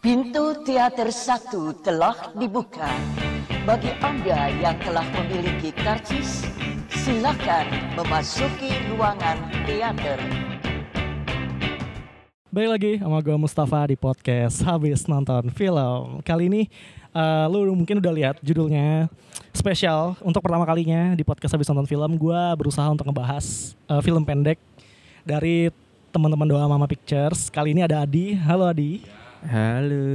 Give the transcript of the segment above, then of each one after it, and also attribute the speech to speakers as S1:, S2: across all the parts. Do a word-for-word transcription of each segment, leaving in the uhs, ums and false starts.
S1: Pintu teater satu telah dibuka. Bagi Anda yang telah memiliki karcis, silakan memasuki ruangan teater.
S2: Balik lagi sama gue Mustafa di podcast Habis Nonton Film. Kali ini uh, lu mungkin udah lihat judulnya spesial. Untuk pertama kalinya di podcast Habis Nonton Film, gue berusaha untuk ngebahas uh, film pendek dari teman-teman Doa Mama Pictures. Kali ini ada Adi. Halo Adi.
S3: Halo.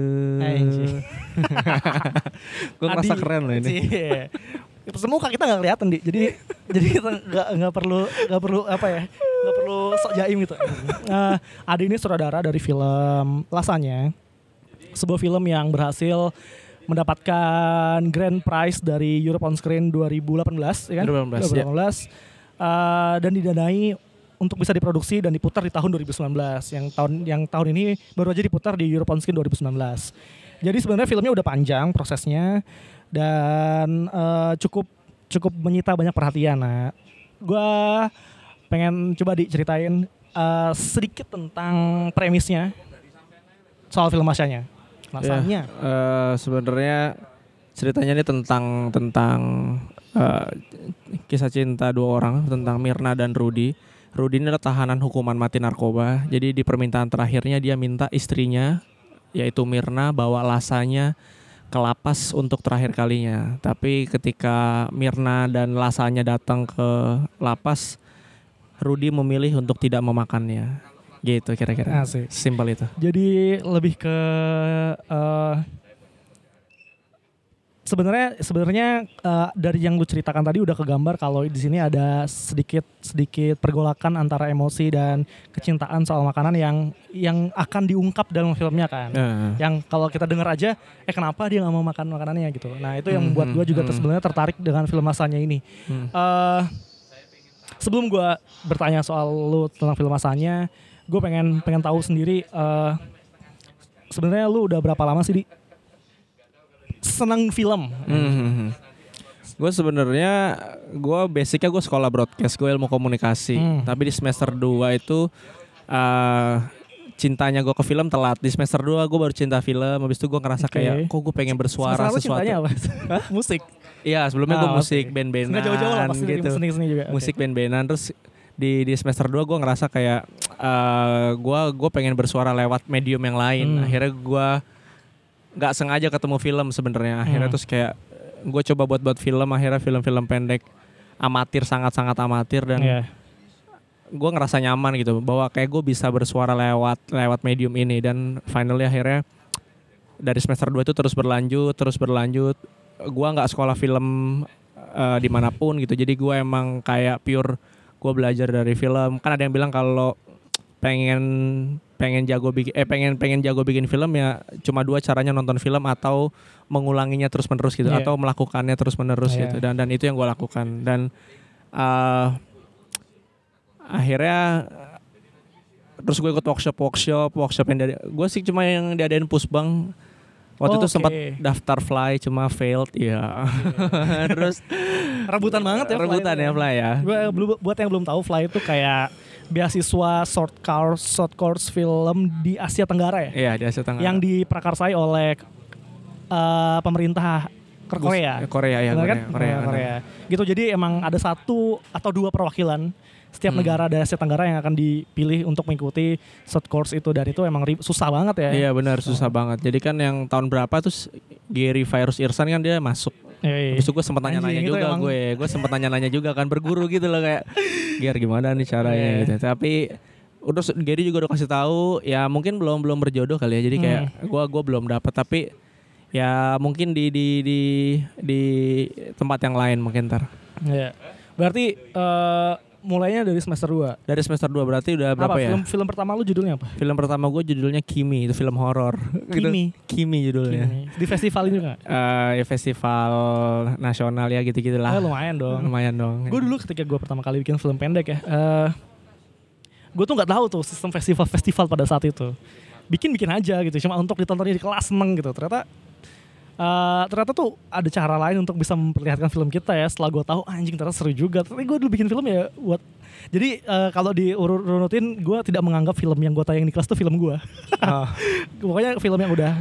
S3: Gue ngerasa keren loh ini.
S2: Semua kita nggak kelihatan di, jadi jadi kita nggak nggak perlu nggak perlu apa ya nggak perlu sok jaim gitu. Uh, Adi ini sutradara dari film Lasanya, sebuah film yang berhasil mendapatkan grand prize dari Europe on Screen dua ribu delapan belas, ya kan?
S3: dua ribu delapan belas,
S2: dua ribu delapan belas ya. uh, dan didanai untuk bisa diproduksi dan diputar di tahun dua ribu sembilan belas. Yang tahun yang tahun ini baru aja diputar di Europe on Screen dua ribu sembilan belas. Jadi sebenarnya filmnya udah panjang prosesnya dan uh, cukup cukup menyita banyak perhatian. Nah, gue pengen coba diceritain uh, sedikit tentang premisnya soal film Lasanya. Lasanya.
S3: Ya, uh, sebenarnya ceritanya ini tentang tentang uh, kisah cinta dua orang, tentang Mirna dan Rudy. Rudy ini adalah tahanan hukuman mati narkoba. Jadi di permintaan terakhirnya dia minta istrinya, yaitu Mirna, bawa Lasanya ke lapas untuk terakhir kalinya. Tapi ketika Mirna dan Lasanya datang ke lapas, Rudy memilih untuk tidak memakannya. Gitu kira-kira.
S2: Asik.
S3: Simpel itu.
S2: Jadi lebih ke uh, sebenarnya sebenarnya uh, dari yang lu ceritakan tadi udah kegambar kalau di sini ada sedikit sedikit pergolakan antara emosi dan kecintaan soal makanan yang yang akan diungkap dalam filmnya kan. Uh. Yang kalau kita dengar aja, eh kenapa dia nggak mau makan makanannya gitu. Nah itu yang membuat gue juga hmm. sebenarnya tertarik dengan film Lasanya ini. Hmm. Uh, sebelum gue bertanya soal lu tentang film Lasanya, gue pengen pengen tahu sendiri uh, sebenarnya lu udah berapa lama sih di senang film?
S3: Mm-hmm. Gue sebenarnya gue basicnya gue sekolah broadcast, gue ilmu komunikasi. Mm. Tapi di semester dua itu uh, cintanya gue ke film telat. Di semester dua gue baru cinta film. Habis itu gue ngerasa okay. kayak kok gue pengen bersuara
S2: semester
S3: sesuatu.
S2: Cintanya apa? Musik.
S3: Iya, sebelumnya ah, gue musik
S2: okay.
S3: band-bandan
S2: nggak jauh-jauh lah, pasti
S3: gitu.
S2: Seni-seni juga.
S3: Musik
S2: okay.
S3: band-bandan. Terus di di semester dua gue ngerasa kayak uh, gue gue pengen bersuara lewat medium yang lain. Hmm. Akhirnya gue nggak sengaja ketemu film sebenarnya. Akhirnya hmm. terus kayak gue coba buat buat film. Akhirnya film-film pendek amatir, sangat-sangat amatir, dan yeah. gue ngerasa nyaman gitu bahwa kayak gue bisa bersuara lewat lewat medium ini. Dan finally akhirnya dari semester dua itu terus berlanjut terus berlanjut. Gue nggak sekolah film uh, dimanapun gitu. Jadi gue emang kayak pure gue belajar dari film. Kan ada yang bilang kalau pengen pengen jago bikin eh pengen pengen jago bikin film ya cuma dua caranya, nonton film atau mengulanginya terus menerus gitu, yeah. atau melakukannya terus menerus yeah. gitu. Dan dan itu yang gue lakukan. Dan uh, akhirnya terus gue ikut workshop workshop workshop yang dari gue sih cuma yang diadain Pusbang. Waktu oh, itu okay. sempat daftar Fly cuma failed ya. Yeah. Terus
S2: rebutan banget ya.
S3: Rebutan
S2: Fly
S3: ya Fly ya.
S2: Buat yang belum tahu, Fly itu kayak beasiswa short course short course film di Asia Tenggara ya.
S3: Iya, di Asia Tenggara.
S2: Yang diprakarsai oleh uh, pemerintah Korea.
S3: Korea ya,
S2: Korea,
S3: Korea,
S2: kan?
S3: Korea,
S2: Korea. Korea. Gitu, jadi emang ada satu atau dua perwakilan setiap hmm. negara dari Asia Tenggara yang akan dipilih untuk mengikuti short course itu, dan itu emang susah banget ya.
S3: Iya benar, susah oh. banget. Jadi kan yang tahun berapa terus Gary Virus Irsan kan dia masuk.
S2: Iya, iya.
S3: Terus gue sempat nanya-nanya juga emang... gue, gue sempat nanya-nanya juga kan, berguru gitu loh kayak, Ger gimana nih caranya yeah. gitu. Tapi udah Gary juga udah kasih tahu, ya mungkin belum belum berjodoh kali ya. Jadi kayak hmm. gue gue belum dapat, tapi ya mungkin di di di di tempat yang lain mungkin ntar.
S2: Iya. Berarti uh, mulainya dari semester dua.
S3: Dari semester dua berarti udah berapa
S2: apa,
S3: ya?
S2: Film film pertama lu judulnya apa?
S3: Film pertama gue judulnya Kimi, itu film horor.
S2: Kimi.
S3: Gitu. Kimi judulnya.
S2: Kimi. Di festival ini enggak?
S3: Uh, ya festival nasional ya gitu-gitulah.
S2: Eh, lumayan dong.
S3: Lumayan dong.
S2: Gue dulu ketika gue pertama kali bikin film pendek ya, uh, gue tuh nggak tahu tuh sistem festival-festival pada saat itu. Bikin-bikin aja gitu, cuma untuk ditontonnya di kelas seneng gitu. Ternyata Uh, ternyata tuh ada cara lain untuk bisa memperlihatkan film kita ya. Setelah gue tahu anjing ternyata seru juga. Tapi gue dulu bikin film ya buat. Jadi uh, kalau diurutin gue tidak menganggap film yang gue tayang di kelas tuh film gue. Oh. Pokoknya film yang udah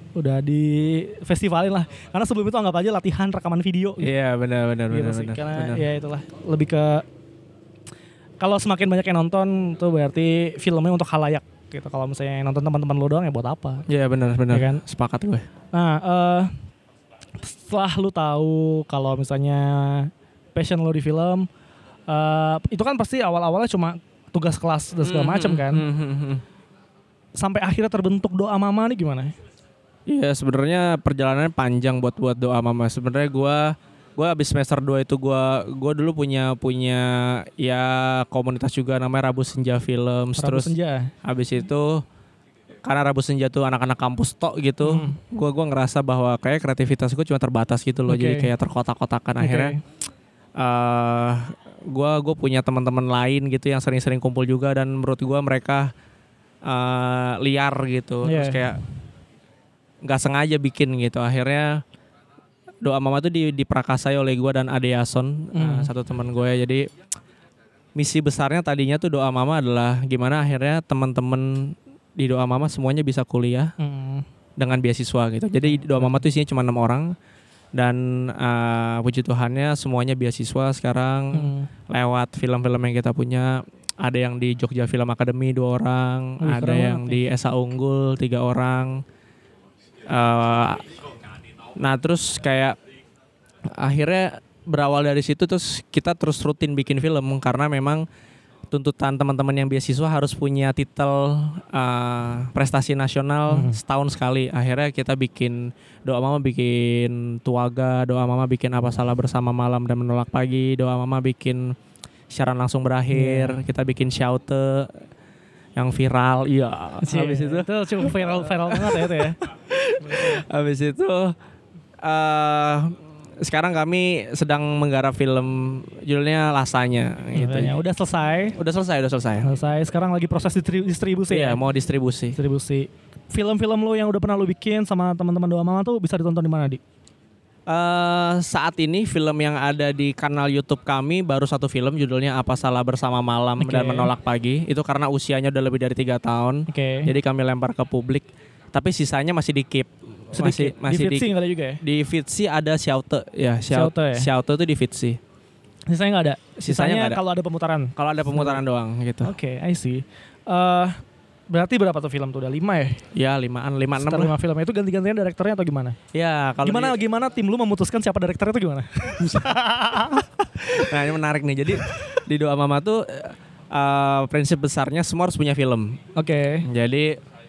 S2: udah di festivalin lah. Karena sebelum itu anggap aja latihan rekaman video.
S3: Iya yeah, benar benar
S2: gitu
S3: benar
S2: sih.
S3: benar.
S2: Karena
S3: benar.
S2: ya itulah lebih ke kalau semakin banyak yang nonton tuh berarti filmnya untuk khalayak gitu. Kalau misalnya yang nonton teman-teman lo doang ya buat apa?
S3: Iya yeah, benar benar.
S2: Ya kan?
S3: Sepakat gue.
S2: Nah, uh, setelah lu tahu kalau misalnya passion lo di film, uh, itu kan pasti awal-awalnya cuma tugas kelas dan segala macam kan.
S3: Mm-hmm.
S2: Sampai akhirnya terbentuk doa mama nih gimana?
S3: Iya sebenarnya perjalanannya panjang buat buat doa mama. Sebenarnya gue gue abis semester dua itu gue gue dulu punya punya ya komunitas juga namanya Rabu Senja Film.
S2: Rabu
S3: Terus
S2: Senja.
S3: abis itu karena Rabu Senja tuh anak-anak kampus tok gitu, hmm. gue gue ngerasa bahwa kayak kreativitas gue cuma terbatas gitu loh, okay. Jadi kayak terkotak-kotakan okay. Akhirnya gue uh, gue punya teman-teman lain gitu yang sering-sering kumpul juga dan menurut gue mereka uh, liar gitu, yeah. Terus kayak nggak sengaja bikin gitu, akhirnya doa mama tuh diprakasai oleh gue dan Ade Yason, hmm. uh, satu teman gue, jadi misi besarnya tadinya tuh doa mama adalah gimana akhirnya teman-teman di doa mama semuanya bisa kuliah hmm. dengan beasiswa gitu. Jadi doa mama tuh isinya cuma enam orang dan uh, puji Tuhannya semuanya beasiswa sekarang hmm. lewat film-film yang kita punya. Ada yang di Jogja Film Academy dua orang, oh, ada yang di Esa Unggul tiga orang. Uh, nah terus kayak akhirnya berawal dari situ terus kita terus rutin bikin film karena memang tuntutan teman-teman yang beasiswa harus punya titel uh, prestasi nasional hmm. setahun sekali. Akhirnya kita bikin doa mama bikin Tuaga, doa mama bikin Apa Salah Bersama Malam dan Menolak Pagi, doa mama bikin Siaran Langsung Berakhir, yeah. Kita bikin Syaute yang viral, iya. Habis itu
S2: itu cukup viral-viral banget ya itu ya.
S3: Habis itu uh, sekarang kami sedang menggarap film judulnya Lasanya gitu.
S2: Ya, udah selesai.
S3: Udah selesai, udah selesai.
S2: Selesai. Sekarang lagi proses distribusi
S3: iya,
S2: ya.
S3: mau distribusi.
S2: Distribusi. Film-film lo yang udah pernah lo bikin sama teman-teman Doa Mama tuh bisa ditonton di mana, Di?
S3: Uh, saat ini film yang ada di kanal YouTube kami baru satu film judulnya Apa Salah Bersama Malam okay. dan Menolak Pagi. Itu karena usianya udah lebih dari tiga tahun. Okay. Jadi kami lempar ke publik. Tapi sisanya masih di keep. Masih, masih
S2: di Fitsi nggak ada juga ya?
S3: Di Fitsi ada Syaute ya, Syaute ya. Syaute itu di Fitsi.
S2: Sisanya nggak ada.
S3: Sisanya,
S2: Sisanya kalau ada pemutaran.
S3: Kalau ada pemutaran doang gitu.
S2: Oke, okay, I see. Uh, berarti berapa tuh film tuh? Udah lima ya?
S3: Ya limaan, lima enam.
S2: Setelah lima film itu ganti-gantian direkturnya atau gimana?
S3: Ya kalau
S2: gimana di... gimana tim lu memutuskan siapa direkturnya itu gimana?
S3: Nah ini menarik nih. Jadi di Doa Mama tuh uh, prinsip besarnya semua harus punya film.
S2: Oke. Okay.
S3: Jadi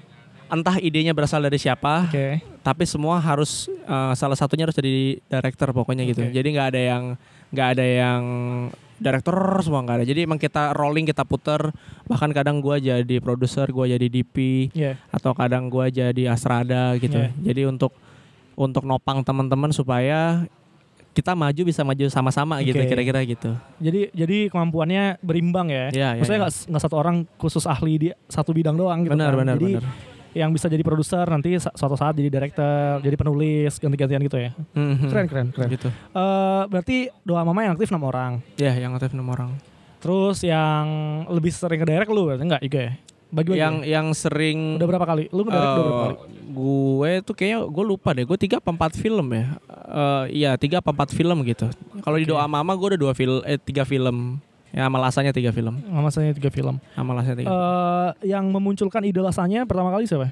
S3: entah idenya berasal dari siapa,
S2: okay.
S3: tapi semua harus uh, salah satunya harus jadi director pokoknya gitu. Okay. Jadi nggak ada yang nggak ada yang director semua nggak ada. Jadi emang kita rolling, kita puter. Bahkan kadang gue jadi produser, gue jadi D P, yeah. atau kadang gue jadi Asrada gitu. Yeah. Jadi untuk untuk nopang teman-teman supaya kita maju bisa maju sama-sama okay. gitu kira-kira gitu.
S2: Jadi jadi kemampuannya berimbang ya.
S3: Yeah,
S2: Maksudnya nggak yeah, yeah. satu orang khusus ahli di satu bidang doang gitu.
S3: Benar,
S2: kan.
S3: benar,
S2: jadi,
S3: benar.
S2: Yang bisa jadi produser nanti suatu saat jadi director, jadi penulis, ganti-gantian gitu ya. Mm-hmm. Keren, keren, keren.
S3: Gitu.
S2: Uh, berarti Doa Mama yang aktif enam orang.
S3: Iya, yeah, yang aktif enam orang.
S2: Terus yang lebih sering ke direct lu berarti enggak juga ya? Bagi-bagi
S3: yang
S2: ya?
S3: yang sering
S2: udah berapa kali? Lu ngedirect uh, udah berapa kali?
S3: Gue tuh kayaknya gue lupa deh. Gue tiga apa empat film ya. Uh, iya tiga apa empat film gitu. Kalau okay. di Doa Mama gue udah dua film, eh tiga film. Ya sama Lasanya tiga film.
S2: Sama Lasanya tiga film.
S3: Sama Lasanya tiga.
S2: Uh, yang memunculkan ide Lasanya pertama kali siapa?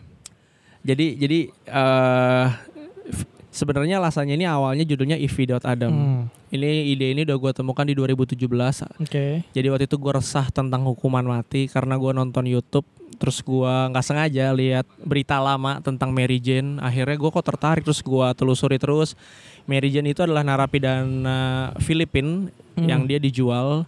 S3: Jadi jadi uh, sebenarnya Lasanya ini awalnya judulnya Ivi Adam. Hmm. Ini ide ini udah gue temukan di dua ribu tujuh belas.
S2: Oke. Okay.
S3: Jadi waktu itu gue resah tentang hukuman mati karena gue nonton YouTube, terus gue nggak sengaja lihat berita lama tentang Mary Jane. Akhirnya gue kok tertarik, terus gue telusuri terus. Mary Jane itu adalah narapidana Filipina hmm. yang dia dijual.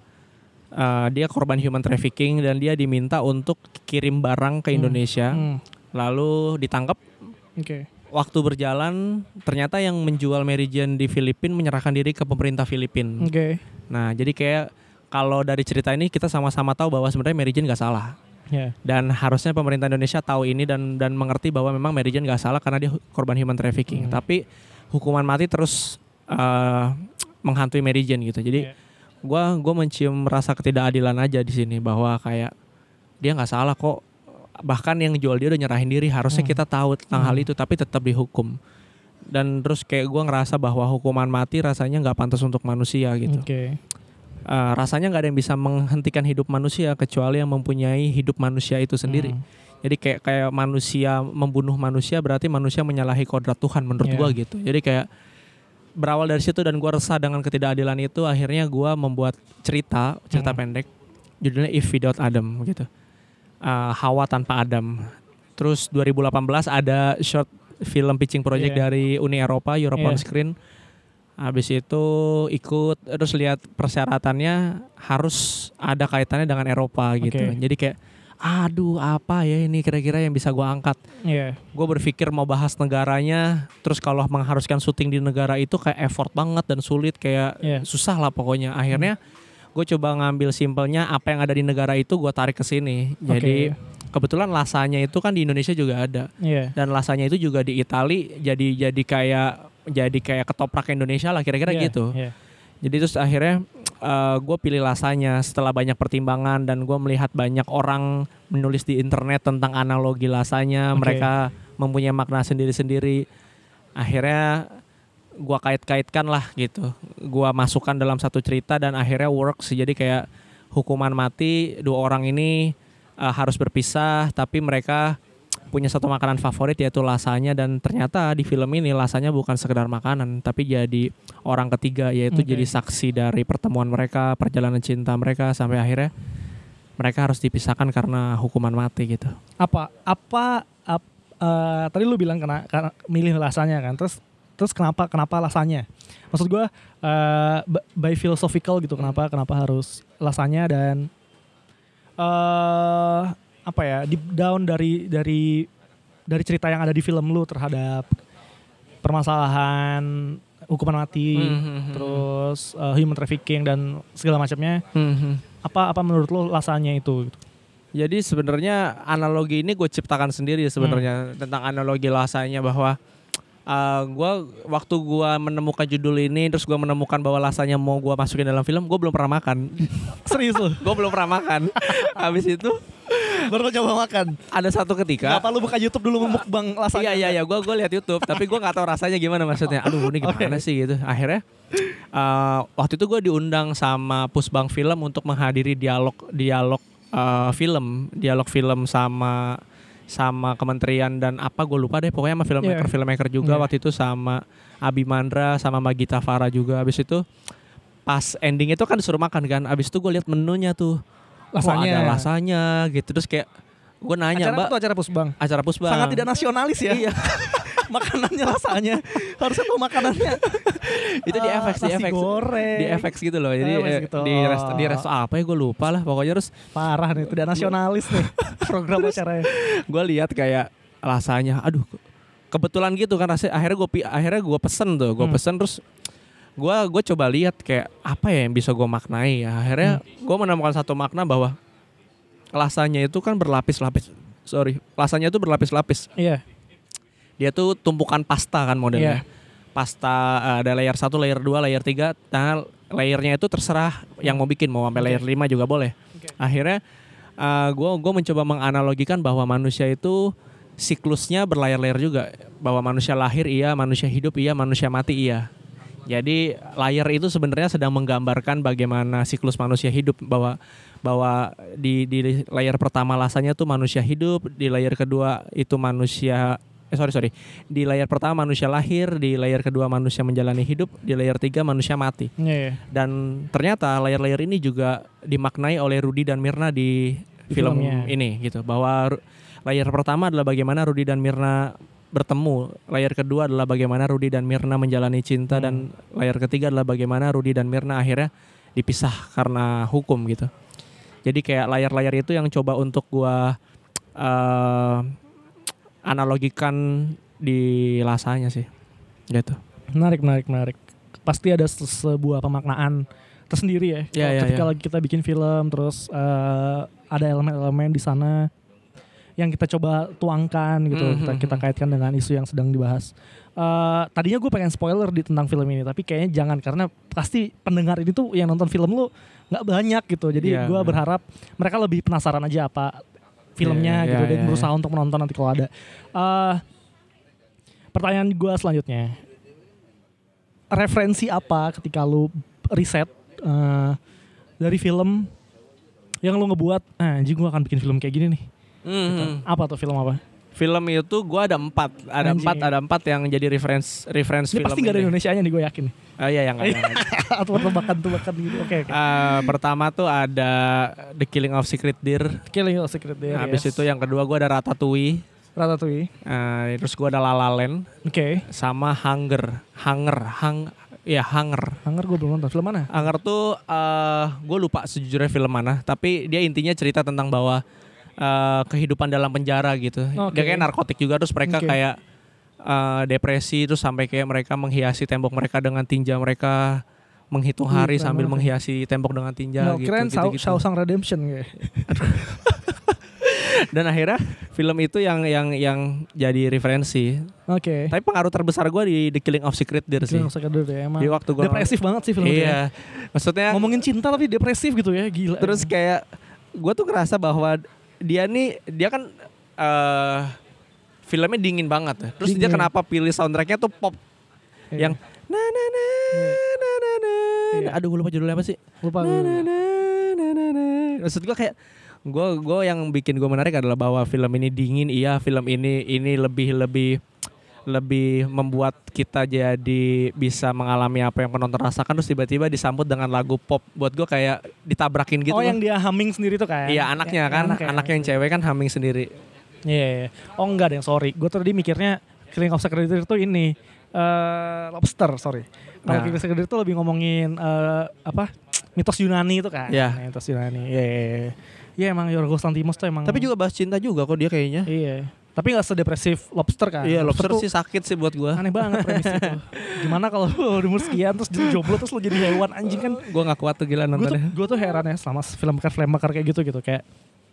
S3: Uh, dia korban human trafficking dan dia diminta untuk kirim barang ke Indonesia. Hmm. Hmm. Lalu ditangkap.
S2: Oke. Okay.
S3: Waktu berjalan ternyata yang menjual Mary Jane di Filipina menyerahkan diri ke pemerintah Filipina.
S2: Oke. Okay.
S3: Nah, jadi kayak kalau dari cerita ini kita sama-sama tahu bahwa sebenarnya Mary Jane nggak salah.
S2: Yeah.
S3: Dan harusnya pemerintah Indonesia tahu ini dan dan mengerti bahwa memang Mary Jane nggak salah karena dia korban human trafficking. Hmm. Tapi hukuman mati terus uh, menghantui Mary Jane gitu. Jadi yeah. Gua gue mencium rasa ketidakadilan aja di sini bahwa kayak dia nggak salah kok. bahkan yang jual dia udah nyerahin diri, harusnya
S2: Hmm.
S3: kita tahu tentang hal
S2: Hmm.
S3: itu tapi tetap dihukum. Dan terus kayak gue ngerasa bahwa hukuman mati rasanya nggak pantas untuk manusia gitu.
S2: Oke.
S3: Uh, rasanya nggak ada yang bisa menghentikan hidup manusia kecuali yang mempunyai hidup manusia itu sendiri.
S2: Hmm.
S3: Jadi kayak kayak manusia membunuh manusia berarti manusia menyalahi kodrat Tuhan menurut
S2: Yeah.
S3: gua gitu. Jadi kayak berawal dari situ dan gua resah dengan ketidakadilan itu, akhirnya gua membuat cerita cerita
S2: Hmm.
S3: pendek judulnya Eve Without Adam gitu. Uh, Hawa tanpa Adam. Terus dua ribu delapan belas ada short film pitching project
S2: Yeah.
S3: dari Uni Eropa, Europe on
S2: Yeah.
S3: Screen. Habis itu ikut terus lihat persyaratannya harus ada kaitannya dengan Eropa gitu.
S2: Oke.
S3: Jadi kayak aduh apa ya ini kira-kira yang bisa gue angkat.
S2: Iya.
S3: Gue berpikir mau bahas negaranya, terus kalau mengharuskan syuting di negara itu kayak effort banget dan sulit, kayak
S2: Iya.
S3: susah lah pokoknya. Akhirnya gue coba ngambil simpelnya apa yang ada di negara itu gue tarik ke sini. Jadi kebetulan lasanya itu kan di Indonesia juga ada.
S2: Iya.
S3: Dan lasanya itu juga di Itali, jadi jadi kayak jadi kayak ketoprak Indonesia lah kira-kira
S2: Iya,
S3: gitu.
S2: iya.
S3: Jadi terus akhirnya uh, gue pilih lasanya setelah banyak pertimbangan dan gue melihat banyak orang menulis di internet tentang analogi lasanya.
S2: Oke.
S3: Mereka mempunyai makna sendiri-sendiri. Akhirnya gue kait-kaitkan lah gitu. Gue masukkan dalam satu cerita dan akhirnya works. Jadi kayak hukuman mati, dua orang ini uh, harus berpisah tapi mereka punya satu makanan favorit yaitu lasanya, dan ternyata di film ini lasanya bukan sekedar makanan tapi jadi orang ketiga, yaitu
S2: Oke.
S3: jadi saksi dari pertemuan mereka, perjalanan cinta mereka sampai akhirnya mereka harus dipisahkan karena hukuman mati gitu.
S2: Apa apa ap, eh, tadi lu bilang kena, karena milih lasanya kan. Terus terus kenapa kenapa lasanya? Maksud gue eh, b- by philosophical gitu, kenapa kenapa harus lasanya, dan eh apa ya, deep down dari dari dari cerita yang ada di film lu terhadap permasalahan hukuman mati,
S3: Mhm.
S2: terus eh, human trafficking dan segala macamnya,
S3: Mhm.
S2: apa apa menurut lu lasanya itu gitu?
S3: Jadi sebenarnya analogi ini gue ciptakan sendiri sebenarnya tentang analogi lasanya, bahwa uh, gue waktu gue menemukan judul ini terus gue menemukan bahwa lasanya mau gue masukin dalam film, gue belum pernah makan.
S2: Serius lu?
S3: Gue belum pernah makan. Habis itu
S2: Baru coba makan.
S3: ada satu ketika.
S2: Kenapa lu buka YouTube dulu mukbang lasanya?
S3: Iya iya iya, gue gue lihat YouTube, tapi gue nggak tahu rasanya gimana maksudnya. Aduh ini gimana sih gitu. Akhirnya uh, waktu itu gue diundang sama Pusbang Film untuk menghadiri dialog dialog uh, film, dialog film sama sama kementerian dan apa gue lupa deh, pokoknya sama filmmaker
S2: Yeah.
S3: filmmaker juga.
S2: Yeah.
S3: Waktu itu sama Abi Mandra sama Magita Farah juga. Habis itu pas ending itu kan disuruh makan kan. Habis itu gue lihat menunya tuh.
S2: Lasanya.
S3: Oh, ada lasanya gitu. Terus kayak gue nanya,
S2: Acara
S3: Mbak,
S2: apa tuh acara Pusbang?
S3: acara Pusbang.
S2: Sangat tidak nasionalis ya.
S3: Iya.
S2: Makanannya lasanya. Harusnya tuh makanannya.
S3: Itu di F X, di
S2: nasi
S3: F X.
S2: goreng.
S3: Di F X gitu loh. Jadi
S2: F X
S3: eh,
S2: gitu.
S3: di resto, di resto apa ya gue lupa lah. Pokoknya terus
S2: Parah nih, tidak nasionalis nih program acaranya.
S3: gue lihat kayak rasanya, aduh kebetulan gitu kan rasanya. Akhirnya gue akhirnya gue pesen tuh, gue
S2: Hmm.
S3: pesen terus gue gue coba lihat kayak apa ya yang bisa gue maknai. Akhirnya gue menemukan satu makna bahwa lasanya itu kan berlapis-lapis. Sorry, lasanya itu berlapis-lapis.
S2: Iya.
S3: Dia tuh tumpukan pasta kan modelnya.
S2: Iya.
S3: Pasta uh, ada layer satu, layer dua, layer tiga. Nah, layernya itu terserah yang mau bikin, mau sampai
S2: Oke.
S3: layer lima juga boleh.
S2: Oke.
S3: Akhirnya gue gue mencoba menganalogikan bahwa manusia itu siklusnya berlayar-layar juga. Bahwa manusia lahir iya, manusia hidup iya, manusia mati iya. Jadi layer itu sebenarnya sedang menggambarkan bagaimana siklus manusia hidup, bahwa bahwa di di layer pertama lasanya tuh manusia hidup, di layer kedua itu manusia eh sorry sorry di layer pertama manusia lahir, di layer kedua manusia menjalani hidup, di layer tiga manusia mati.
S2: Iya, iya.
S3: Dan ternyata layer-layer ini juga dimaknai oleh Rudy dan Mirna di film
S2: Filmnya.
S3: ini gitu, bahwa ru- layer pertama adalah bagaimana Rudy dan Mirna bertemu, layer kedua adalah bagaimana Rudy dan Mirna menjalani cinta,
S2: Hmm.
S3: dan layer ketiga adalah bagaimana Rudy dan Mirna akhirnya dipisah karena hukum gitu. Jadi kayak layar-layar itu yang coba untuk gua uh, analogikan di lasanya sih gitu.
S2: Menarik, menarik, menarik. Pasti ada se- sebuah pemaknaan tersendiri ya.
S3: Iya,
S2: Kalau
S3: iya,
S2: ketika
S3: iya.
S2: lagi kita bikin film, terus eh, ada elemen-elemen di sana yang kita coba tuangkan gitu,
S3: Mhm.
S2: kita kita kaitkan dengan isu yang sedang dibahas. Eh, tadinya gue pengen spoiler di tentang film ini, tapi kayaknya jangan, karena pasti pendengar ini tuh yang nonton film lu nggak banyak gitu. Jadi
S3: Iya,
S2: gue
S3: benar.
S2: berharap mereka lebih penasaran aja apa filmnya
S3: Yeah,
S2: gitu
S3: yeah,
S2: dan
S3: yeah,
S2: berusaha untuk menonton nanti kalau ada. Uh, pertanyaan gue selanjutnya, referensi apa ketika lu riset uh, dari film yang lu ngebuat, ah, anjing gue akan bikin film kayak gini nih.
S3: Mm-hmm.
S2: Gitu. Apa tuh film apa?
S3: Film itu gue ada empat, ada
S2: Anjing.
S3: empat, ada empat yang jadi reference reference
S2: Ini
S3: film
S2: pasti gak ada
S3: ini.
S2: Indonesianya nih gue yakin.
S3: Oh iya yang ada.
S2: Atau tebakan-tebakan gitu. Oke oke.
S3: Uh, pertama tuh ada The Killing of Secret Deer.
S2: Killing of Secret Deer.
S3: Habis
S2: yes.
S3: itu yang kedua gue ada Ratatouille.
S2: Ratatouille.
S3: Uh, terus gue ada La La Land.
S2: Oke. Okay.
S3: Sama Hunger, Hunger, Hang, ya Hunger.
S2: Hunger gue belum nonton. Film mana?
S3: Hunger tuh uh, gue lupa sejujurnya film mana. Tapi dia intinya cerita tentang bahwa uh, kehidupan dalam penjara gitu.
S2: Okay.
S3: Dia kayak narkotik juga, terus mereka
S2: Okay.
S3: kayak uh, depresi, terus sampai kayak mereka menghiasi tembok mereka dengan tinja mereka. Menghitung hari
S2: Wih,
S3: sambil
S2: banget.
S3: menghiasi tembok dengan tinja
S2: No,
S3: gitu.
S2: keren
S3: gitu,
S2: Shaw-
S3: gitu.
S2: Shawshank Redemption kayak.
S3: Dan akhirnya film itu yang yang yang jadi referensi.
S2: Oke.
S3: Tapi pengaruh terbesar gue di The Killing of Secret Deer sih.
S2: Killing of Secret Deer ya emang.
S3: Di waktu gua
S2: depresif banget sih film itu. Ya.
S3: Iya. Maksudnya
S2: Ngomongin cinta tapi depresif gitu ya, gila.
S3: terus kayak gue tuh ngerasa bahwa dia nih dia kan uh, filmnya dingin banget. Terus dia
S2: Dingin.
S3: kenapa pilih soundtracknya tuh pop
S2: Iya.
S3: yang na na na na na na.
S2: Iya.
S3: Aduh gue lupa judulnya apa sih?
S2: Lupa
S3: Na
S2: gue.
S3: na na na na na. Maksud gue kayak gue gue yang bikin gue menarik adalah bahwa film ini dingin, iya film ini ini lebih lebih lebih membuat kita jadi bisa mengalami apa yang penonton rasakan, terus tiba-tiba disambut dengan lagu pop. Buat gue kayak ditabrakin gitu.
S2: Oh
S3: loh.
S2: yang dia humming sendiri tuh kan?
S3: Iya anaknya
S2: Kayak
S3: kan,
S2: anak ya.
S3: anaknya yang cewek kan humming sendiri.
S2: Iya, iya. Oh enggak deh, sorry. Gue tadi mikirnya Killing of Secret Deer itu ini uh, lobster, sorry. Kalau
S3: Nah.
S2: Killing of Secret Deer itu lebih ngomongin uh, apa? Mitos Yunani itu kan?
S3: Iya.
S2: Mitos Yunani. Iya, iya, iya. Iya emang Yorgos Lanthimos tuh emang.
S3: Tapi juga bahas cinta juga kok dia kayaknya.
S2: Iya. Tapi nggak sedepresif lobster kan?
S3: Iya lobster
S2: tuh
S3: sih sakit sih buat gue.
S2: aneh banget premis itu. Gimana kalau lu umur sekian terus jadi jomblo terus lu jadi hewan anjing kan?
S3: Gue gak kuat tuh gila
S2: Gue tuh,
S3: nontonnya.
S2: gue tuh heran ya sama film bakar film bakar kayak gitu gitu kayak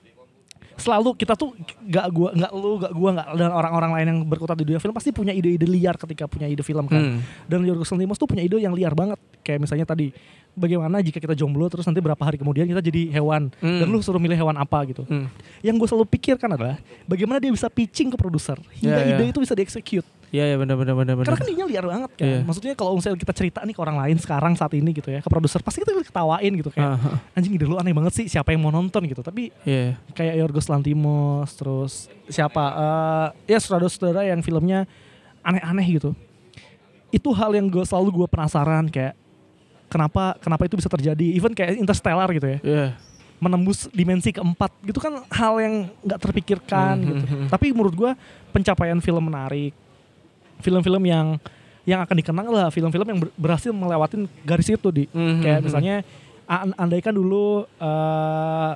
S2: selalu kita tuh gak gua gak lu gak gua gak dan orang-orang lain yang berkutat di dunia film pasti punya ide-ide liar ketika punya ide film kan.
S3: Hmm.
S2: Dan Yorgos Lanthimos tuh punya ide yang liar banget. Kayak misalnya tadi bagaimana jika kita jomblo terus nanti berapa hari kemudian kita jadi hewan
S3: Hmm.
S2: dan lu suruh milih hewan apa gitu.
S3: Hmm.
S2: Yang gue selalu pikirkan adalah bagaimana dia bisa pitching ke produser hingga
S3: Ya, ya.
S2: ide itu bisa dieksekut.
S3: Iya iya benar benar benar benar.
S2: Karena kan idenya liar banget kan.
S3: Iya.
S2: Maksudnya kalau misalnya kita cerita nih ke orang lain sekarang saat ini gitu ya, ke produser pasti kita ketawain gitu kayak
S3: Ah, ah.
S2: anjing ide lu aneh banget sih, siapa yang mau nonton gitu. Tapi
S3: Iya.
S2: kayak Yorgos Lanthimos terus siapa eh ya saudara-saudara yang filmnya aneh-aneh gitu. Itu hal yang gue selalu gue penasaran kayak kenapa kenapa itu bisa terjadi. Even kayak Interstellar gitu ya.
S3: Iya.
S2: Menembus dimensi keempat gitu kan hal yang nggak terpikirkan
S3: Hmm,
S2: gitu.
S3: hmm, hmm.
S2: Tapi menurut gue pencapaian film menarik, film-film yang yang akan dikenang lah film-film yang ber- berhasil melewatin garis itu di
S3: Hmm,
S2: kayak
S3: hmm,
S2: misalnya a- andaikan dulu eh,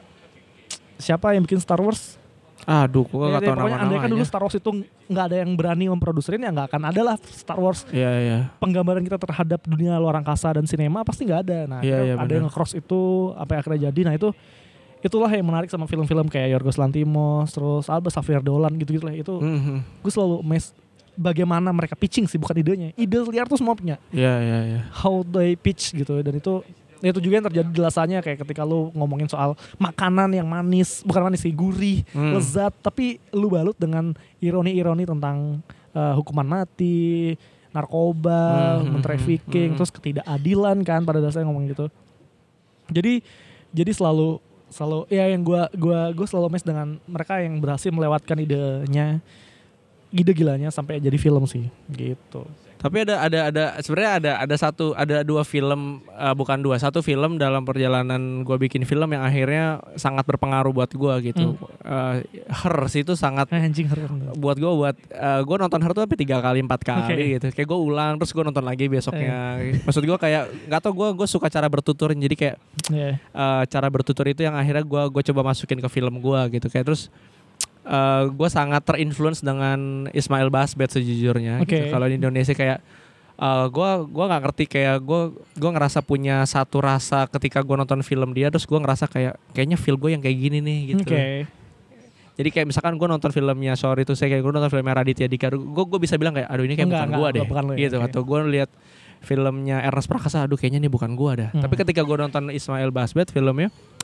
S2: siapa yang bikin Star Wars?
S3: Aduh, gue
S2: Ya,
S3: gak
S2: ya,
S3: tau
S2: pokoknya andaikan dulu
S3: nama-namanya.
S2: Star Wars itu nggak ada yang berani memproduserin ya nggak akan ada lah Star Wars.
S3: Iya iya.
S2: Penggambaran kita terhadap dunia luar angkasa dan sinema pasti nggak ada. Nah,
S3: Iya,
S2: kan
S3: iya,
S2: ada
S3: benar.
S2: yang cross itu apa yang akhirnya jadi. Nah itu itulah yang menarik sama film-film kayak Yorgos Lanthimos, terus Albert Xavier Dolan gitu-gitu lah. Itu
S3: Hmm, hmm.
S2: gue selalu amazed bagaimana mereka pitching sih, bukan idenya. Ide liar tuh semua punya.
S3: Iya iya iya.
S2: How they pitch gitu, dan itu itu juga yang terjadi jelasannya kayak ketika lu ngomongin soal makanan yang manis, bukan manis sih, gurih,
S3: Hmm.
S2: lezat, tapi lu balut dengan ironi-ironi tentang uh, hukuman mati, narkoba,
S3: Hmm,
S2: men-trafficking,
S3: hmm.
S2: terus ketidakadilan kan pada dasarnya ngomong gitu. Jadi jadi selalu selalu ya yang gua gua gua selalu amazed dengan mereka yang berhasil melewatkan idenya, ide gilanya sampai jadi film sih gitu.
S3: Tapi ada ada ada sebenarnya ada ada satu ada dua film eh, bukan dua satu film dalam perjalanan gue bikin film yang akhirnya sangat berpengaruh buat gue gitu. Eh, Her sih itu sangat
S2: Eh, anjing keren.
S3: buat gue buat eh, gue nonton Her tuh sampai tiga kali empat kali
S2: Oke.
S3: gitu. Kayak gue ulang terus gue nonton lagi besoknya. Maksud gue kayak nggak tau gue gue suka cara bertutur jadi kayak
S2: Iya.
S3: eh, cara bertutur itu yang akhirnya gue gue coba masukin ke film gue gitu kayak terus uh, gue sangat terinfluence dengan Ismail Basbet sejujurnya.
S2: Oke.
S3: Gitu. Kalau di Indonesia kayak uh, gue gua nggak ngerti kayak gue gue ngerasa punya satu rasa ketika gue nonton film dia terus gue ngerasa kayak kayaknya feel gue yang kayak gini nih gitu.
S2: Oke.
S3: Jadi kayak misalkan gue nonton filmnya Sorry to Say kayak gue nonton filmnya Raditya Dika, gue gue bisa bilang kayak aduh ini kayak
S2: Enggak,
S3: bukan
S2: enggak,
S3: gue deh,
S2: bukan lo ya,
S3: gitu.
S2: oke.
S3: Atau gue lihat filmnya Ernest Prakasa, aduh kayaknya ini bukan gue dah.
S2: Hmm.
S3: Tapi ketika gue nonton Ismail Basbet filmnya,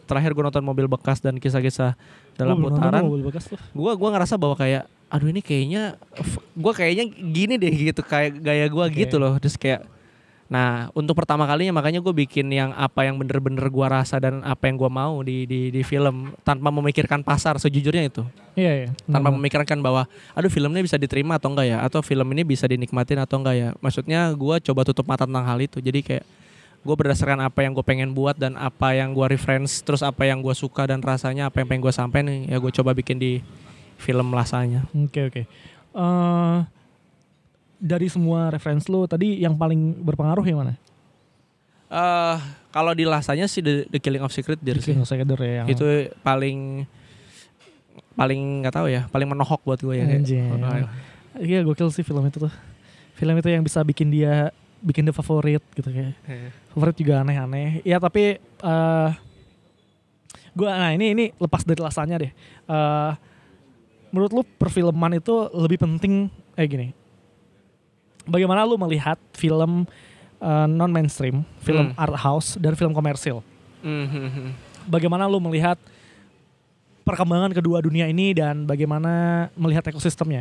S3: terakhir gue nonton Mobil Bekas dan kisah-kisah dalam
S2: Gua belum
S3: putaran,
S2: nonton Mobil Bekas tuh.
S3: gue gua ngerasa bahwa kayak aduh ini kayaknya gue kayaknya gini deh gitu kayak gaya gue
S2: Okay.
S3: gitu loh. Terus kayak nah untuk pertama kalinya makanya gue bikin yang apa yang bener-bener gue rasa dan apa yang gue mau di di di film tanpa memikirkan pasar sejujurnya itu.
S2: Iya iya.
S3: Tanpa
S2: Benar.
S3: memikirkan bahwa aduh filmnya bisa diterima atau enggak ya, atau film ini bisa dinikmatin atau enggak ya. Maksudnya gue coba tutup mata tentang hal itu. Jadi kayak gue berdasarkan apa yang gue pengen buat dan apa yang gue reference, terus apa yang gue suka dan rasanya apa yang pengen gue sampein, ya gue coba bikin di film lasanya.
S2: Oke oke. Eh, dari semua reference lo tadi yang paling berpengaruh yang mana?
S3: Eh kalau di lasanya sih The, The Killing of Secret Deer sih.
S2: King of Secret Deer ya. Yang
S3: Itu paling paling nggak tahu ya, paling menohok buat gue ya. Kayak,
S2: Anjir.
S3: oh,
S2: Iya gokil sih film itu tuh. Film itu yang bisa bikin dia bikin dia favorit gitu kayak.
S3: iya.
S2: Favorit juga aneh-aneh. Ya tapi eh gue nah ini ini lepas dari lasanya deh. Eh menurut lu perfilman itu lebih penting eh gini. Bagaimana lu melihat film uh, non mainstream, film
S3: Hmm.
S2: art house dan film komersil?
S3: Mhm.
S2: Bagaimana lu melihat perkembangan kedua dunia ini dan bagaimana melihat ekosistemnya?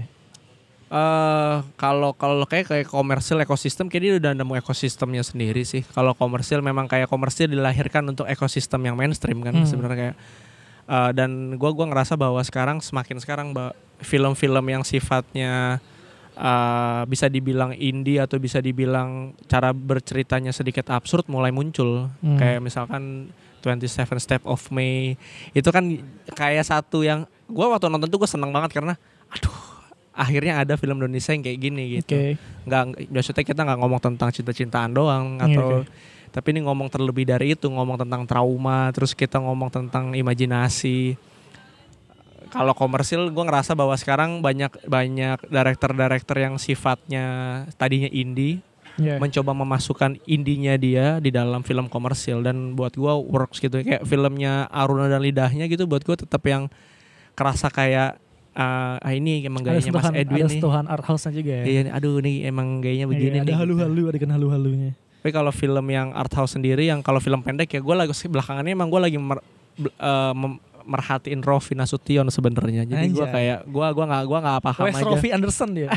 S3: Eh kalau kalau kayak kayak komersil ekosistem kayak dia udah nemu ekosistemnya sendiri sih. Kalau komersil memang kayak komersil dilahirkan untuk ekosistem yang mainstream kan
S2: Hmm.
S3: sebenarnya kayak eh, dan gua gua ngerasa bahwa sekarang semakin sekarang bah, film-film yang sifatnya eh, bisa dibilang indie atau bisa dibilang cara berceritanya sedikit absurd mulai muncul.
S2: Hmm.
S3: Kayak misalkan twenty-seven Steps of May itu kan kayak satu yang gua waktu nonton tuh gue seneng banget karena aduh akhirnya ada film Indonesia yang kayak gini gitu.
S2: Oke.
S3: Nggak, maksudnya kita nggak ngomong tentang cinta-cintaan doang
S2: Iya,
S3: atau
S2: oke.
S3: tapi ini ngomong terlebih dari itu, ngomong tentang trauma, terus kita ngomong tentang imajinasi. Kalau komersil gue ngerasa bahwa sekarang banyak banyak director-director yang sifatnya tadinya indie
S2: Iya.
S3: mencoba memasukkan indinya dia di dalam film komersil dan buat gue works gitu kayak filmnya Aruna dan Lidahnya gitu buat gue tetap yang kerasa kayak ah ah, ini emang
S2: Ada
S3: gayanya Mas
S2: sentuhan,
S3: Edwin
S2: ada
S3: nih.
S2: sentuhan art house-nya juga ya.
S3: Iya, nih, aduh nih emang gayanya begini
S2: Iya, ada
S3: nih.
S2: halu-halu, adegan halu-halunya.
S3: Tapi kalau film yang art house sendiri, yang kalau film pendek ya gue lagi belakangannya emang gue lagi mer, bel- eh, mem- merhatiin Rofi Nasution sebenarnya. Jadi gue
S2: Anjay.
S3: kayak gue gua nggak gua nggak paham
S2: Wes
S3: aja.
S2: Rofi Anderson dia.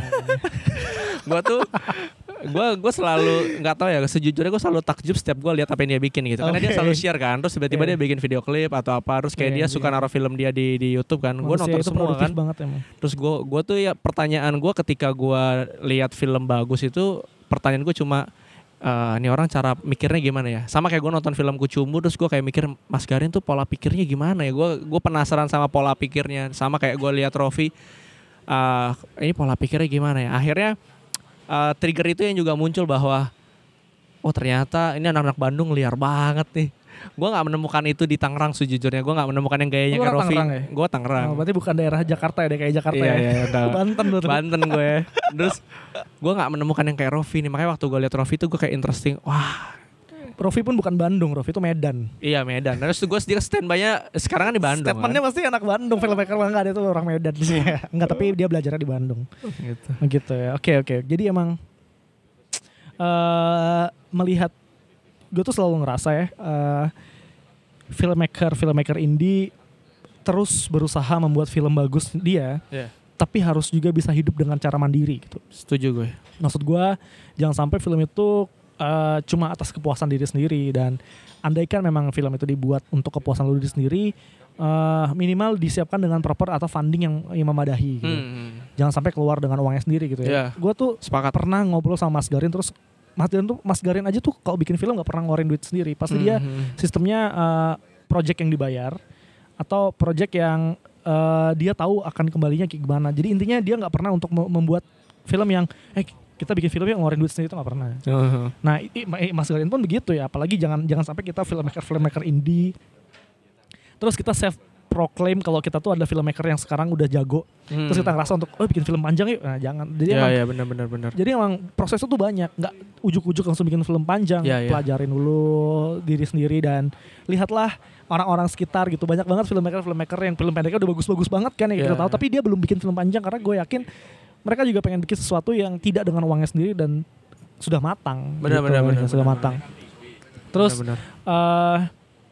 S3: Gue tuh gue gue selalu nggak tahu ya sejujurnya gue selalu takjub setiap gue lihat apa yang dia bikin gitu. Karena dia
S2: Oke.
S3: selalu share kan, terus tiba-tiba
S2: Iya.
S3: dia bikin video klip atau apa, terus kayak
S2: Iya,
S3: dia
S2: iya.
S3: suka naruh film dia di di YouTube kan. Gue
S2: Manusia
S3: nonton
S2: itu
S3: semua
S2: produktif
S3: kan.
S2: banget emang.
S3: Terus gue gue tuh ya pertanyaan gue ketika gue lihat film bagus itu pertanyaan gue cuma eh, ini orang cara mikirnya gimana ya? Sama kayak gue nonton film Kucumbu terus gue kayak mikir Mas Garin tuh pola pikirnya gimana ya? Gue gue penasaran sama pola pikirnya. Sama kayak gue lihat Rofi eh, ini pola pikirnya gimana ya? Akhirnya eh, trigger itu yang juga muncul bahwa oh ternyata ini anak-anak Bandung liar banget nih. Gue nggak menemukan itu di Tangerang sejujurnya. Gue nggak menemukan yang gayanya
S2: Lu
S3: kayak
S2: orang
S3: Rofi.
S2: Tangerang ya?
S3: Gue Tangerang.
S2: Oh, berarti bukan daerah Jakarta ya, D K I Jakarta
S3: Iya,
S2: ya.
S3: iya, udah.
S2: Banten lu tuh.
S3: Banten gue. Terus gue nggak menemukan yang kayak Rofi nih. Makanya waktu gue lihat Rofi itu gue kayak interesting. Wah,
S2: Rofi pun bukan Bandung, Rofi itu Medan.
S3: iya Medan. Terus gue dia standby-nya sekarang kan di Bandung.
S2: Statementnya pasti anak Bandung, filmmaker enggak dia tuh orang Medan sih. Enggak, tapi dia belajarnya di Bandung.
S3: kan? Gitu.
S2: Gitu ya. Oke oke. Jadi emang eh melihat gue tuh selalu ngerasa ya eh filmmaker filmmaker indie terus berusaha membuat film bagus dia,
S3: Iya.
S2: tapi harus juga bisa hidup dengan cara mandiri gitu.
S3: Setuju gue.
S2: Maksud gue jangan sampai film itu uh, cuma atas kepuasan diri sendiri, dan andaikan memang film itu dibuat untuk kepuasan lu diri sendiri, uh, minimal disiapkan dengan proper atau funding yang, yang memadai gitu.
S3: Hmm.
S2: Jangan sampai keluar dengan uangnya sendiri gitu ya.
S3: Iya.
S2: Gue tuh
S3: Sepakat.
S2: pernah ngobrol sama Mas Garin, terus Mas Garin tuh Mas Garin aja tuh kalau bikin film nggak pernah ngeluarin duit sendiri. Pasti dia
S3: Hmm.
S2: sistemnya uh, project yang dibayar atau project yang uh, dia tahu akan kembalinya kayak gimana. Jadi intinya dia nggak pernah untuk membuat film yang eh kita bikin film yang ngeluarin duit sendiri, itu nggak pernah.
S3: Uh-huh.
S2: Nah, i- i- Mas Garin pun begitu ya. Apalagi jangan jangan sampai kita filmmaker filmmaker indie terus kita self proclaim kalau kita tuh ada filmmaker yang sekarang udah jago.
S3: Hmm.
S2: Terus kita ngerasa untuk oh bikin film panjang yuk. Nah, jangan. Jadi
S3: Iya,
S2: emang
S3: iya benar benar benar.
S2: jadi emang prosesnya tuh banyak, nggak ujuk-ujuk langsung bikin film panjang.
S3: Iya, iya.
S2: Pelajarin dulu diri sendiri dan lihatlah orang-orang sekitar gitu. Banyak banget filmmaker-filmmaker yang film pendeknya udah bagus-bagus banget kan yang kita
S3: Iya.
S2: tahu, tapi dia belum bikin film panjang karena gue yakin mereka juga pengen bikin sesuatu yang tidak dengan uangnya sendiri dan sudah matang.
S3: Benar,
S2: gitu,
S3: benar, benar,
S2: sudah
S3: benar.
S2: matang. Terus
S3: Benar, benar.
S2: eh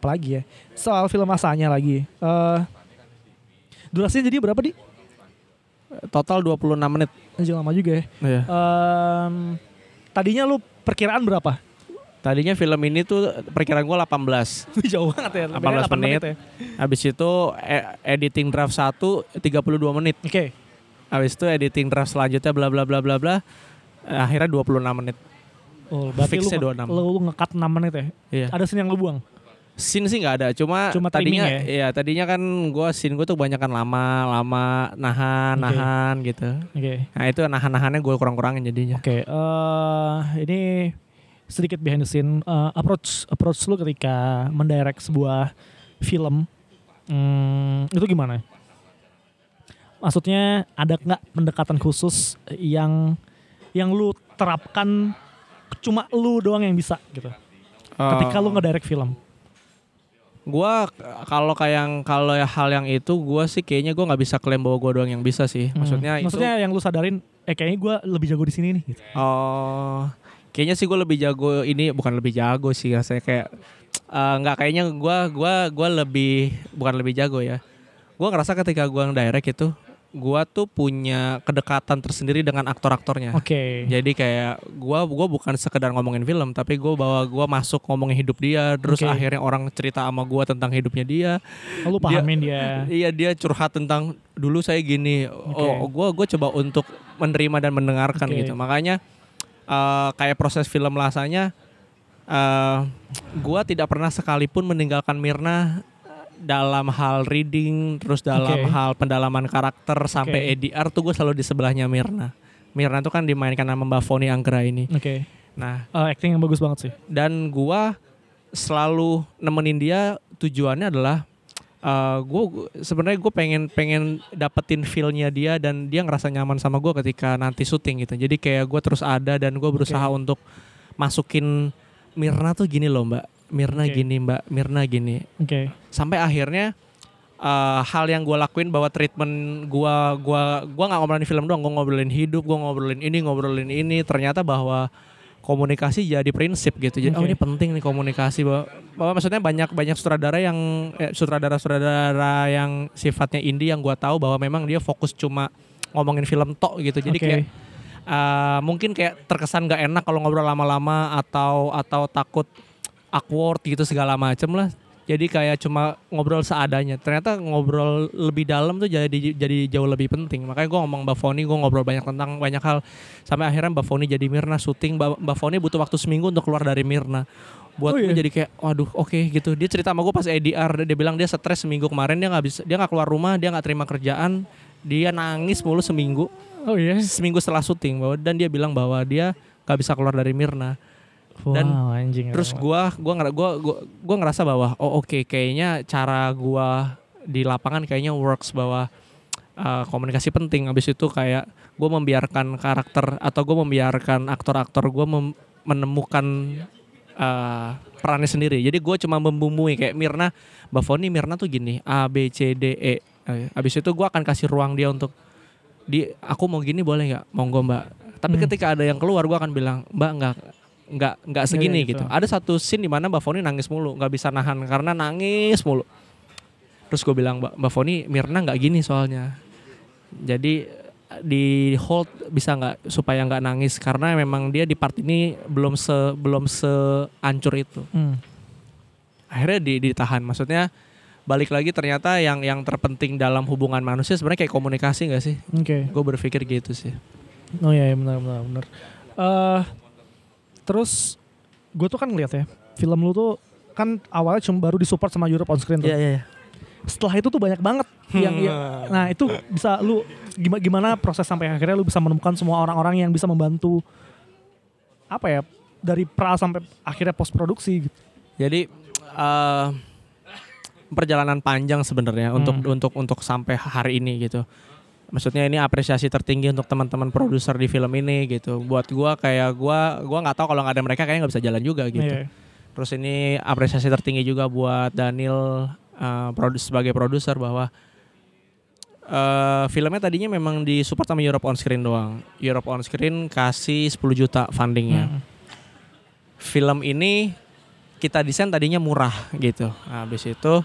S2: apalagi ya. Soal film masanya lagi. Uh, durasinya jadi berapa, Di?
S3: Total dua puluh enam menit.
S2: Anjir lama juga ya.
S3: Iya.
S2: Um, tadinya lu perkiraan berapa?
S3: Tadinya film ini tuh perkiraan gue delapan belas.
S2: Jauh banget ya.
S3: delapan belas menit. menit ya. Habis itu editing draft satu tiga puluh dua menit.
S2: Oke. Okay.
S3: Habis itu editing draft selanjutnya bla bla bla bla bla. Akhirnya dua puluh enam menit.
S2: Oh, berarti lu,
S3: dua puluh enam.
S2: Lu, lu nge-cut enam menit ya?
S3: Iya.
S2: Ada scene yang lu buang?
S3: Scene sih nggak ada, cuma,
S2: cuma
S3: tadinya
S2: ya?
S3: ya tadinya kan gue scene gue tuh banyakan lama, lama nahan, okay. nahan gitu. Oke.
S2: Okay.
S3: Nah itu nahan-nahannya gue kurang-kurangin jadinya.
S2: Oke. Okay. Uh, ini sedikit behind the scene uh, approach approach lu ketika mendirect sebuah film, hmm, itu gimana? Maksudnya ada nggak pendekatan khusus yang yang lu terapkan cuma lu doang yang bisa gitu? Ketika uh, lu ngedirect film.
S3: Gua kalau kayak kalau ya hal yang itu gua sih kayaknya gua nggak bisa klaim bahwa gua doang yang bisa sih. Maksudnya
S2: hmm.
S3: itu,
S2: maksudnya yang lu sadarin eh kayaknya gua lebih jago di sini nih gitu.
S3: Oh, kayaknya sih gua lebih jago ini bukan lebih jago sih rasanya kayak uh, nggak kayaknya gua gua gua lebih bukan lebih jago ya. Gua ngerasa ketika gua ngedirect itu gua tuh punya kedekatan tersendiri dengan aktor-aktornya.
S2: Oke. Okay.
S3: Jadi kayak gua gua bukan sekedar ngomongin film, tapi gua bawa gua masuk ngomongin hidup dia, terus okay. akhirnya orang cerita sama gua tentang hidupnya dia.
S2: Oh, lu pahamin dia, dia.
S3: Iya, dia curhat tentang dulu saya gini. Okay. Oh, gua gua coba untuk menerima dan mendengarkan okay. gitu. Makanya uh, kayak proses film lasanya uh, gua tidak pernah sekalipun meninggalkan Myrna dalam hal reading, terus dalam okay. hal pendalaman karakter sampai okay. A D R tuh gue selalu di sebelahnya Myrna. Myrna tuh kan dimainkan sama Mbak Foni Anggra ini.
S2: Oke. Okay.
S3: Nah,
S2: uh, acting yang bagus banget sih.
S3: Dan gue selalu nemenin dia, tujuannya adalah uh, gue sebenarnya gue pengen pengen dapetin feel-nya dia dan dia ngerasa nyaman sama gue ketika nanti syuting gitu. Jadi kayak gue terus ada dan gue berusaha okay. untuk masukin Myrna tuh gini loh Mbak. Myrna okay. gini Mbak, Myrna gini.
S2: Oke. Okay.
S3: Sampai akhirnya uh, hal yang gue lakuin bahwa treatment gue, gua gua nggak ngobrolin film doang, gue ngobrolin hidup, gue ngobrolin ini, ngobrolin ini. Ternyata bahwa komunikasi jadi prinsip gitu. Jadi okay. oh ini penting nih komunikasi bahwa, bahwa maksudnya banyak banyak sutradara yang eh, sutradara-sutradara yang sifatnya indie yang gue tahu bahwa memang dia fokus cuma ngomongin film tok gitu. Jadi okay. kayak uh, mungkin kayak terkesan nggak enak kalau ngobrol lama-lama atau atau takut awkward gitu segala macem lah. Jadi kayak cuma ngobrol seadanya. Ternyata ngobrol lebih dalam tuh jadi jadi jauh lebih penting. Makanya gue ngomong Mbak Foni, gue ngobrol banyak tentang banyak hal. Sampai akhirnya Mbak Foni jadi Myrna syuting. Mbak Foni butuh waktu seminggu untuk keluar dari Myrna. Buat oh, gue iya. jadi kayak, waduh oke okay, gitu. Dia cerita sama gue pas A D R, dia bilang dia stres seminggu kemarin, dia nggak bisa, dia nggak keluar rumah, dia nggak terima kerjaan, dia nangis mulu seminggu.
S2: Oh iya.
S3: Seminggu setelah syuting, dan dia bilang bahwa dia nggak bisa keluar dari Myrna. Dan
S2: wow, anjing,
S3: terus gue gue gue gue ngerasa bahwa oh oke okay, kayaknya cara gue di lapangan kayaknya works bahwa uh, komunikasi penting. Abis itu kayak gue membiarkan karakter atau gue membiarkan aktor-aktor gue mem- menemukan uh, perannya sendiri. Jadi gue cuma membumbui kayak Myrna, Mbak Foni Myrna tuh gini A B C D E. Abis itu gue akan kasih ruang dia untuk di aku mau gini boleh nggak, monggo Mbak. Tapi hmm. ketika ada yang keluar gue akan bilang Mbak nggak nggak nggak segini ya, gitu. gitu. Ada satu scene di mana Mbak Foni nangis mulu, nggak bisa nahan karena nangis mulu. Terus gue bilang Mbak, Mbak Foni Myrna nggak gini soalnya. Jadi di hold bisa nggak supaya nggak nangis karena memang dia di part ini belum se belum seancur itu. Hmm. Akhirnya di, ditahan. Maksudnya balik lagi ternyata yang yang terpenting dalam hubungan manusia sebenarnya kayak komunikasi nggak sih? Oke. Okay. Gue berpikir gitu sih.
S2: Oh iya benar benar benar. Uh, Terus gue tuh kan ngeliat ya, film lu tuh kan awalnya cuma baru disupport sama Europe on screen tuh.
S3: Iya, iya, iya.
S2: Setelah itu tuh banyak banget hmm. yang, yang nah itu bisa lu gimana, gimana proses sampai akhirnya lu bisa menemukan semua orang-orang yang bisa membantu apa ya dari pra sampai akhirnya post produksi gitu.
S3: Jadi uh, perjalanan panjang sebenarnya hmm. untuk untuk untuk sampai hari ini gitu. Maksudnya ini apresiasi tertinggi untuk teman-teman produser di film ini gitu. Buat gua kayak gua gua nggak tahu kalau nggak ada mereka kayaknya nggak bisa jalan juga gitu. Yeah. Terus ini apresiasi tertinggi juga buat Daniel uh, produs sebagai produser bahwa uh, filmnya tadinya memang disupport sama Europe on Screen doang. Europe on Screen kasih sepuluh juta fundingnya. Hmm. Film ini kita desain tadinya murah gitu. Nah, habis itu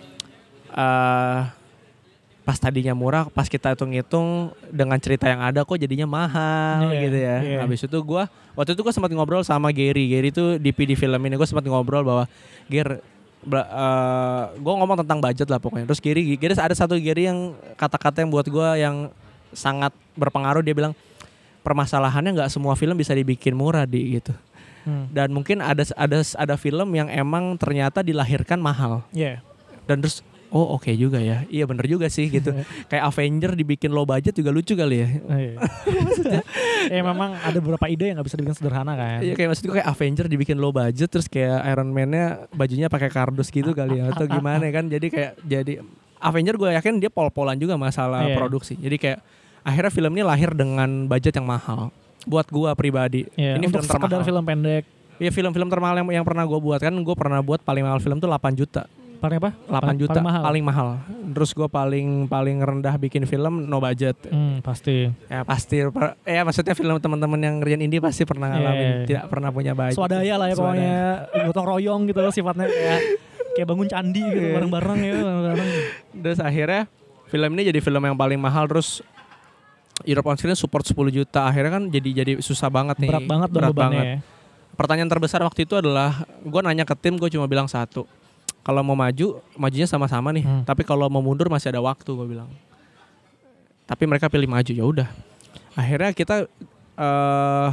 S3: uh, pas tadinya murah, pas kita hitung-hitung dengan cerita yang ada kok jadinya mahal yeah, gitu ya. Yeah. Habis itu gue, waktu itu gue sempat ngobrol sama Gary. Gary itu D P di film ini, gue sempat ngobrol bahwa Gary, uh, gue ngomong tentang budget lah pokoknya. Terus Gary, Gary ada satu Gary yang kata-kata yang buat gue yang sangat berpengaruh. Dia bilang permasalahannya nggak semua film bisa dibikin murah di gitu. Hmm. Dan mungkin ada ada ada film yang emang ternyata dilahirkan mahal.
S2: Yeah.
S3: Dan terus oh oke okay juga ya, iya bener juga sih gitu. Kayak Avenger dibikin low budget juga lucu kali ya.
S2: Oh, iya. Maksudnya, eh memang ada beberapa ide yang nggak bisa dibikin sederhana kan.
S3: Iya kayak maksud gue kayak Avenger dibikin low budget terus kayak Iron Man-nya bajunya pakai kardus gitu kali ya atau gimana kan. Jadi kayak jadi Avenger gue yakin dia pol-polan juga masalah yeah. produksi. Jadi kayak akhirnya film ini lahir dengan budget yang mahal. Buat gue pribadi.
S2: Yeah,
S3: ini
S2: untuk
S3: film termahal.
S2: Film pendek.
S3: Iya film-film termahal yang, yang pernah gue buat kan. Gue pernah buat paling mahal film tuh delapan juta.
S2: Paling apa?
S3: delapan juta
S2: paling mahal.
S3: Paling mahal. Terus gue paling paling rendah bikin film no budget.
S2: Hmm, pasti.
S3: Ya pasti. Ya maksudnya film teman-teman yang ngerjain indie pasti pernah ngalamin yeah. tidak pernah punya budget.
S2: Swadaya lah ya pokoknya. Gotong royong gitu loh sifatnya kayak kayak bangun candi gitu yeah. bareng-bareng ya. Bareng-bareng.
S3: Terus akhirnya film ini jadi film yang paling mahal. Terus Europe on Screen support sepuluh juta. Akhirnya kan jadi jadi susah banget nih.
S2: Berat banget
S3: Berat
S2: banget. Ya.
S3: Pertanyaan terbesar waktu itu adalah gue nanya ke tim, gue cuma bilang satu. Kalau mau maju, majunya sama-sama nih. Hmm. Tapi kalau mau mundur masih ada waktu, gue bilang. Tapi mereka pilih maju, ya udah. Akhirnya kita uh,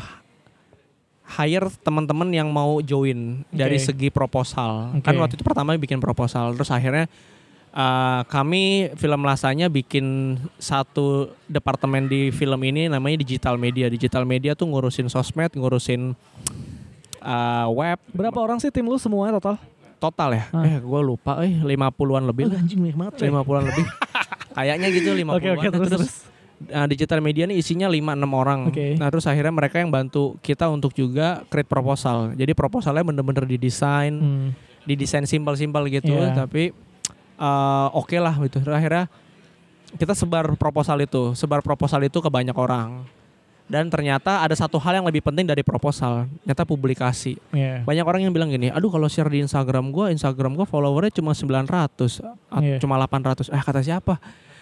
S3: hire teman-teman yang mau join okay. dari segi proposal. Okay. Kan waktu itu pertama bikin proposal, terus akhirnya uh, kami film Lasanya bikin satu departemen di film ini namanya digital media. Digital media tuh ngurusin sosmed, ngurusin uh, web.
S2: Berapa orang sih tim lu semuanya total?
S3: Total ya? Ah. Eh gue lupa eh lima puluhan lebih.
S2: Oh, anjing banyak banget.
S3: lima puluhan lebih. Kayaknya gitu lima puluhan.
S2: Oke, oke, terus, terus.
S3: Uh, digital media ini isinya lima enam orang. Okay. Nah, terus akhirnya mereka yang bantu kita untuk juga create proposal. Jadi proposalnya bener-bener didesain, hmm. didesain simpel-simpel gitu, yeah. tapi uh, oke okay lah gitu. Terus akhirnya kita sebar proposal itu, sebar proposal itu ke banyak orang. Dan ternyata ada satu hal yang lebih penting dari proposal, ternyata publikasi. Yeah. Banyak orang yang bilang gini, aduh kalau share di Instagram gue, Instagram gue followernya cuma sembilan ratus, yeah. cuma delapan ratus. Eh kata siapa?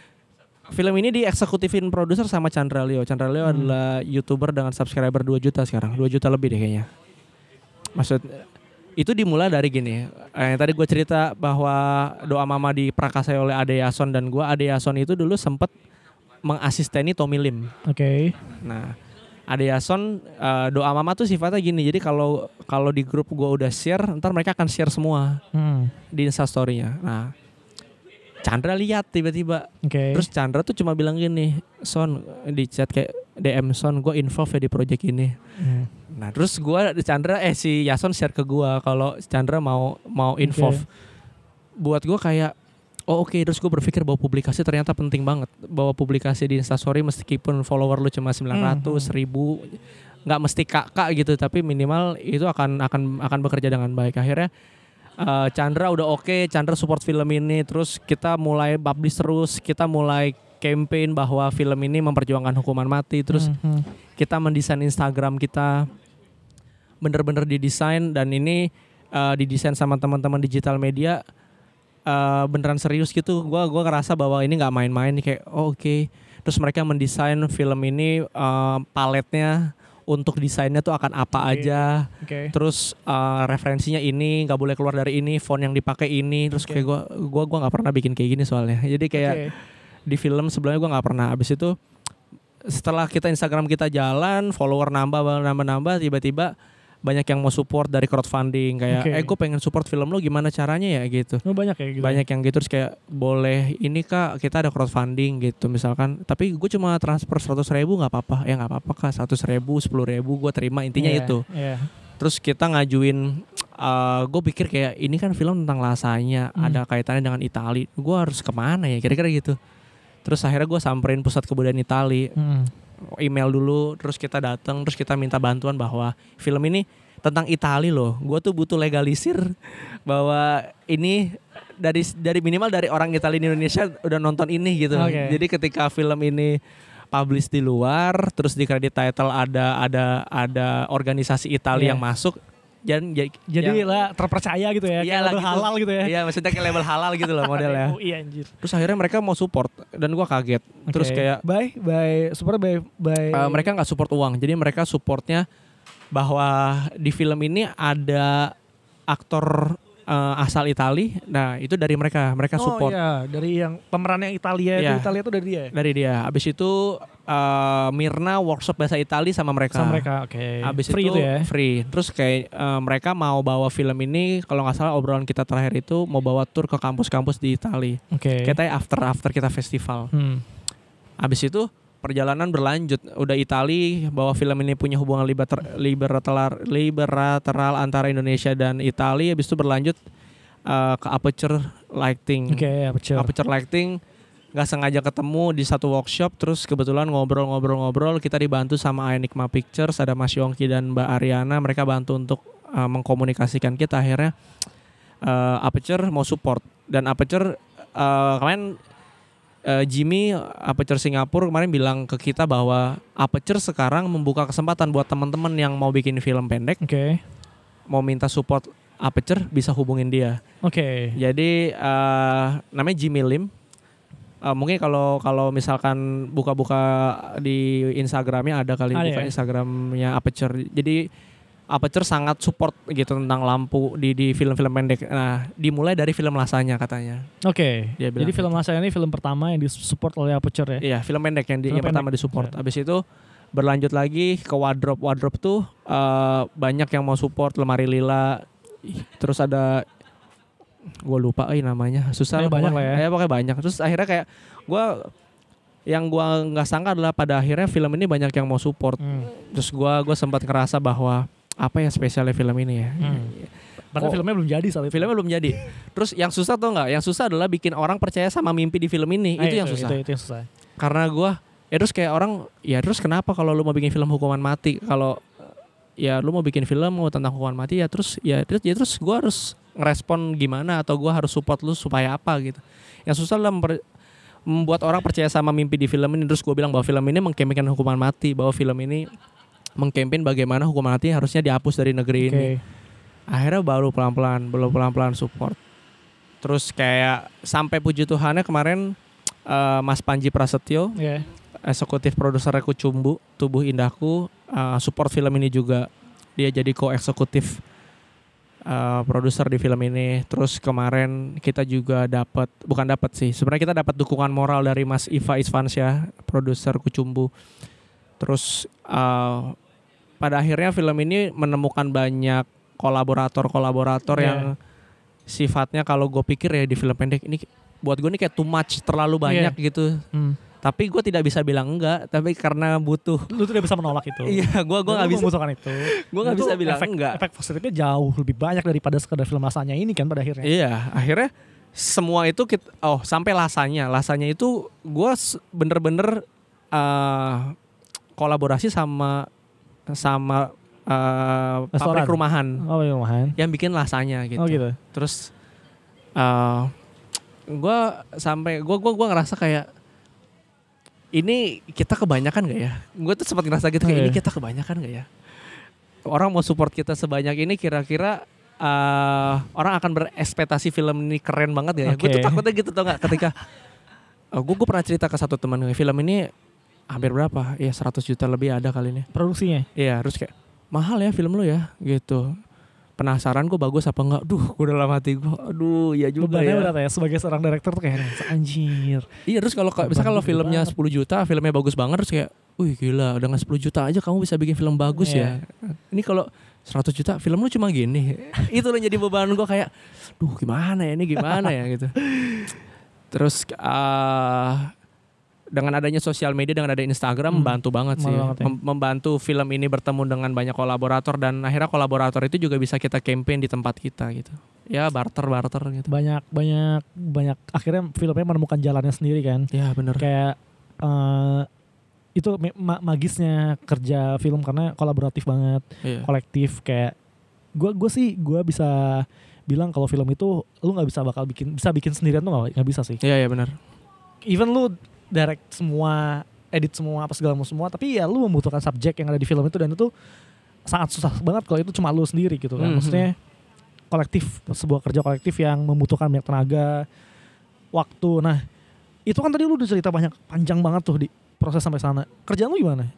S3: Film ini dieksekutifin produser sama Chandra Leo. Chandra Leo hmm. adalah YouTuber dengan subscriber dua juta sekarang, dua juta lebih deh kayaknya. Maksud, itu dimulai dari gini, eh, tadi gue cerita bahwa Doa Mama diprakasai oleh Ade Yason dan gue, Ade Yason itu dulu sempet mengasisteni Tommy Lim. Oke. Okay. Nah, Ade Yason uh, Doa Mama tuh sifatnya gini. Jadi kalau kalau di grup gue udah share, ntar mereka akan share semua hmm. di Instastory-nya. Nah, Chandra lihat tiba-tiba. Okay. Terus Chandra tuh cuma bilang gini, Son di chat kayak D M Son, gue involve ya di project ini. Hmm. Nah, terus gue Chandra eh si Yason share ke gue kalau Chandra mau mau involve. Okay. Buat gue kayak oh oke, okay. Terus gue berpikir bahwa publikasi ternyata penting banget. Bahwa publikasi di Instastory meskipun follower lu cuma sembilan ratus, seribu, gak mesti kakak gitu. Tapi minimal itu akan akan akan bekerja dengan baik. Akhirnya uh, Chandra udah oke, okay, Chandra support film ini. Terus kita mulai publish terus, kita mulai campaign bahwa film ini memperjuangkan hukuman mati. Terus mm-hmm. kita mendesain Instagram kita, bener-bener didesain. Dan ini uh, didesain sama teman-teman digital media. Uh, beneran serius gitu. Gue gua ngerasa bahwa ini nggak main-main nih kayak oh, oke. Okay. Terus mereka mendesain film ini uh, paletnya untuk desainnya tuh akan apa okay. aja. Okay. Terus uh, referensinya ini nggak boleh keluar dari ini, font yang dipakai ini. Terus okay. kayak gue gua gua nggak pernah bikin kayak gini soalnya. Jadi kayak okay. di film sebelumnya gue nggak pernah. Abis itu setelah kita Instagram kita jalan, follower nambah nambah nambah, tiba-tiba banyak yang mau support dari crowdfunding kayak okay. eh gue pengen support film lo gimana caranya ya gitu.
S2: Oh, banyak ya gitu.
S3: Banyak yang gitu terus kayak boleh ini kak kita ada crowdfunding gitu misalkan tapi gue cuma transfer seratus ribu nggak apa-apa ya nggak apa-apa kak seratus ribu sepuluh ribu gue terima intinya yeah, itu. Yeah. Terus kita ngajuin uh, gue pikir kayak ini kan film tentang Lasanya hmm. ada kaitannya dengan Itali. Gue harus kemana ya kira-kira gitu. Terus akhirnya gue samperin pusat kebudayaan Itali. Hmm. Email dulu, terus kita datang, terus kita minta bantuan bahwa film ini tentang Itali loh. Gue tuh butuh legalisir bahwa ini dari dari minimal dari orang Itali di Indonesia udah nonton ini gitu. Okay. Jadi ketika film ini publish di luar, terus di credit title ada ada ada organisasi Itali yeah. yang masuk, dan jadi,
S2: jadi lah terpercaya gitu ya,
S3: iya
S2: kayak label
S3: gitu.
S2: halal gitu ya.
S3: Iya, maksudnya kayak label halal gitu loh modelnya.
S2: Oh iya anjir.
S3: Terus akhirnya mereka mau support dan gua kaget.
S2: Okay.
S3: Terus kayak
S2: by by support by by
S3: uh, mereka nggak support uang, jadi mereka supportnya bahwa di film ini ada aktor uh, asal Itali. Nah, itu dari mereka, mereka support.
S2: Oh iya, dari yang pemeran yang Italia
S3: Iya.
S2: itu Italia itu dari dia.
S3: Dari dia. Abis itu uh, Mirna workshop bahasa Itali sama mereka.
S2: Sama mereka, oke. Okay.
S3: Abis
S2: Free
S3: itu,
S2: itu ya.
S3: Free. Terus kayak uh, mereka mau bawa film ini, kalau nggak salah obrolan kita terakhir itu mau bawa tour ke kampus-kampus di Itali.
S2: Oke. Okay.
S3: Katanya after after kita festival.
S2: Hmm.
S3: Abis itu perjalanan berlanjut, udah Itali bahwa film ini punya hubungan liberator, liberator, liberator antara Indonesia dan Itali. Abis itu berlanjut uh, ke Aperture Lighting.
S2: Oke, okay, Aperture.
S3: Aperture Lighting nggak sengaja ketemu di satu workshop, terus kebetulan ngobrol-ngobrol-ngobrol kita dibantu sama Enigma Pictures, ada Mas Yongki dan Mbak Ariana, mereka bantu untuk uh, mengkomunikasikan kita. Akhirnya uh, Aperture mau support dan Aperture uh, kemarin Uh, Jimmy Aperture Singapura kemarin bilang ke kita bahwa Aperture sekarang membuka kesempatan buat teman-teman yang mau bikin film pendek,
S2: oke, okay.
S3: mau minta support Aperture bisa hubungin dia.
S2: Oke. Okay.
S3: Jadi uh, namanya Jimmy Lim. Uh, mungkin kalau kalau misalkan buka-buka di Instagramnya ada kali,
S2: ada
S3: buka
S2: ya?
S3: Instagramnya Aperture. Jadi Aperture sangat support gitu tentang lampu di di film-film pendek. Nah, dimulai dari film Lasanya katanya.
S2: Oke. Okay. Jadi film
S3: gitu.
S2: Lasanya ini film pertama yang disupport oleh Aperture ya?
S3: Iya, film pendek yang, di, yang
S2: pendek.
S3: pertama disupport.
S2: Yeah.
S3: Abis itu berlanjut lagi ke wardrobe. Wardrobe tuh uh, banyak yang mau support, lemari lila. Terus ada gue lupa eh namanya, susah
S2: ya, banyak lah ya.
S3: Ya pokoknya banyak. Terus akhirnya kayak gue yang gue nggak sangka adalah pada akhirnya film ini banyak yang mau support. Hmm. Terus gue gue sempat ngerasa bahwa apa ya spesialnya film ini ya. Hmm.
S2: Padahal oh, filmnya belum jadi saat itu.
S3: Filmnya belum jadi. Terus yang susah tuh nggak? Yang susah adalah bikin orang percaya sama mimpi di film ini.
S2: Nah,
S3: itu,
S2: itu
S3: yang susah.
S2: Itu, itu yang susah.
S3: Karena gue, ya terus kayak orang, ya terus kenapa kalau lu mau bikin film hukuman mati? Kalau ya lu mau bikin film mau tentang hukuman mati ya terus ya terus ya terus gue harus ngerespon gimana atau gue harus support lu supaya apa gitu. Yang susah adalah memper, membuat orang percaya sama mimpi di film ini. Terus gue bilang bahwa film ini mengkampanyekan hukuman mati, bahwa film ini mengkampen bagaimana hukuman mati harusnya dihapus dari negeri okay. ini. Akhirnya baru pelan-pelan, baru pelan-pelan support. Terus kayak sampai puji Tuhannya kemarin uh, Mas Panji Prasetyo, yeah. eksekutif produser Kucumbu, Tubuh Indahku, uh, support film ini juga. Dia jadi co-eksekutif uh, produser di film ini. Terus kemarin kita juga dapat, bukan dapat sih, sebenarnya kita dapat dukungan moral dari Mas Iva Isfansyah, produser Kucumbu. Terus uh, pada akhirnya film ini menemukan banyak kolaborator-kolaborator yeah. yang sifatnya kalau gue pikir ya di film pendek ini buat gue ini kayak too much, terlalu banyak yeah. gitu. Hmm. Tapi gue tidak bisa bilang enggak, tapi karena butuh.
S2: Lu tidak bisa menolak itu.
S3: Iya, gue gue nggak bisa
S2: membutuhkan itu.
S3: Gue nggak bisa bilang
S2: efek,
S3: enggak.
S2: Efek positifnya jauh lebih banyak daripada sekedar film Lasanya ini kan pada akhirnya.
S3: Iya, akhirnya semua itu kita, oh sampai Lasanya, Lasanya itu gue bener-bener uh, kolaborasi sama sama uh, pabrik rumahan.
S2: Oh, rumahan.
S3: Yang bikin Lasanya gitu.
S2: Oh gitu.
S3: Terus uh, gue sampai gue gue gue ngerasa kayak ini kita kebanyakan gak ya? Gue tuh sempat ngerasa gitu kayak oh, iya. ini kita kebanyakan gak ya? Orang mau support kita sebanyak ini kira-kira uh, orang akan berekspektasi film ini keren banget gak ya? Okay. Gue tuh takutnya gitu tau gak ketika uh, gue gue pernah cerita ke satu teman film ini hampir berapa? Ya seratus juta lebih ada kali ini.
S2: Produksinya?
S3: Iya, terus kayak mahal ya film lu ya gitu. Penasaran gue bagus apa enggak? Duh, gue dalam hati gue, aduh ya juga
S2: bebannya
S3: ya.
S2: Berat ya, sebagai seorang direktur tuh kayak anjir.
S3: Iya, terus kalau bisa kalau filmnya banget. sepuluh juta, filmnya bagus banget terus kayak, wih gila, dengan sepuluh juta aja kamu bisa bikin film bagus yeah. ya. Ini kalau seratus juta, film lu cuma gini. Itu loh jadi beban gue kayak, duh gimana ya ini gimana ya gitu. Terus uh, dengan adanya sosial media, dengan ada Instagram hmm. membantu banget sih. Banget, ya. Mem- membantu film ini bertemu dengan banyak kolaborator dan akhirnya kolaborator itu juga bisa kita campaign di tempat kita gitu. Ya barter-barter gitu.
S2: Banyak banyak banyak akhirnya filmnya menemukan jalannya sendiri kan.
S3: Ya benar.
S2: Kayak uh, itu ma- magisnya kerja film karena kolaboratif banget, yeah. kolektif kayak gue gue sih gue bisa bilang kalau film itu lu nggak bisa bakal bikin bisa bikin sendirian tuh nggak nggak bisa sih.
S3: Iya yeah, iya yeah, benar.
S2: Even lu direct semua, edit semua apa segala semua, tapi ya lu membutuhkan subjek yang ada di film itu dan itu sangat susah banget kalau itu cuma lu sendiri gitu kan.
S3: Mm-hmm.
S2: Maksudnya kolektif, sebuah kerja kolektif yang membutuhkan banyak tenaga, waktu. Nah, itu kan tadi lu udah cerita banyak, panjang banget tuh di proses sampai sana. Kerjaan lu gimana?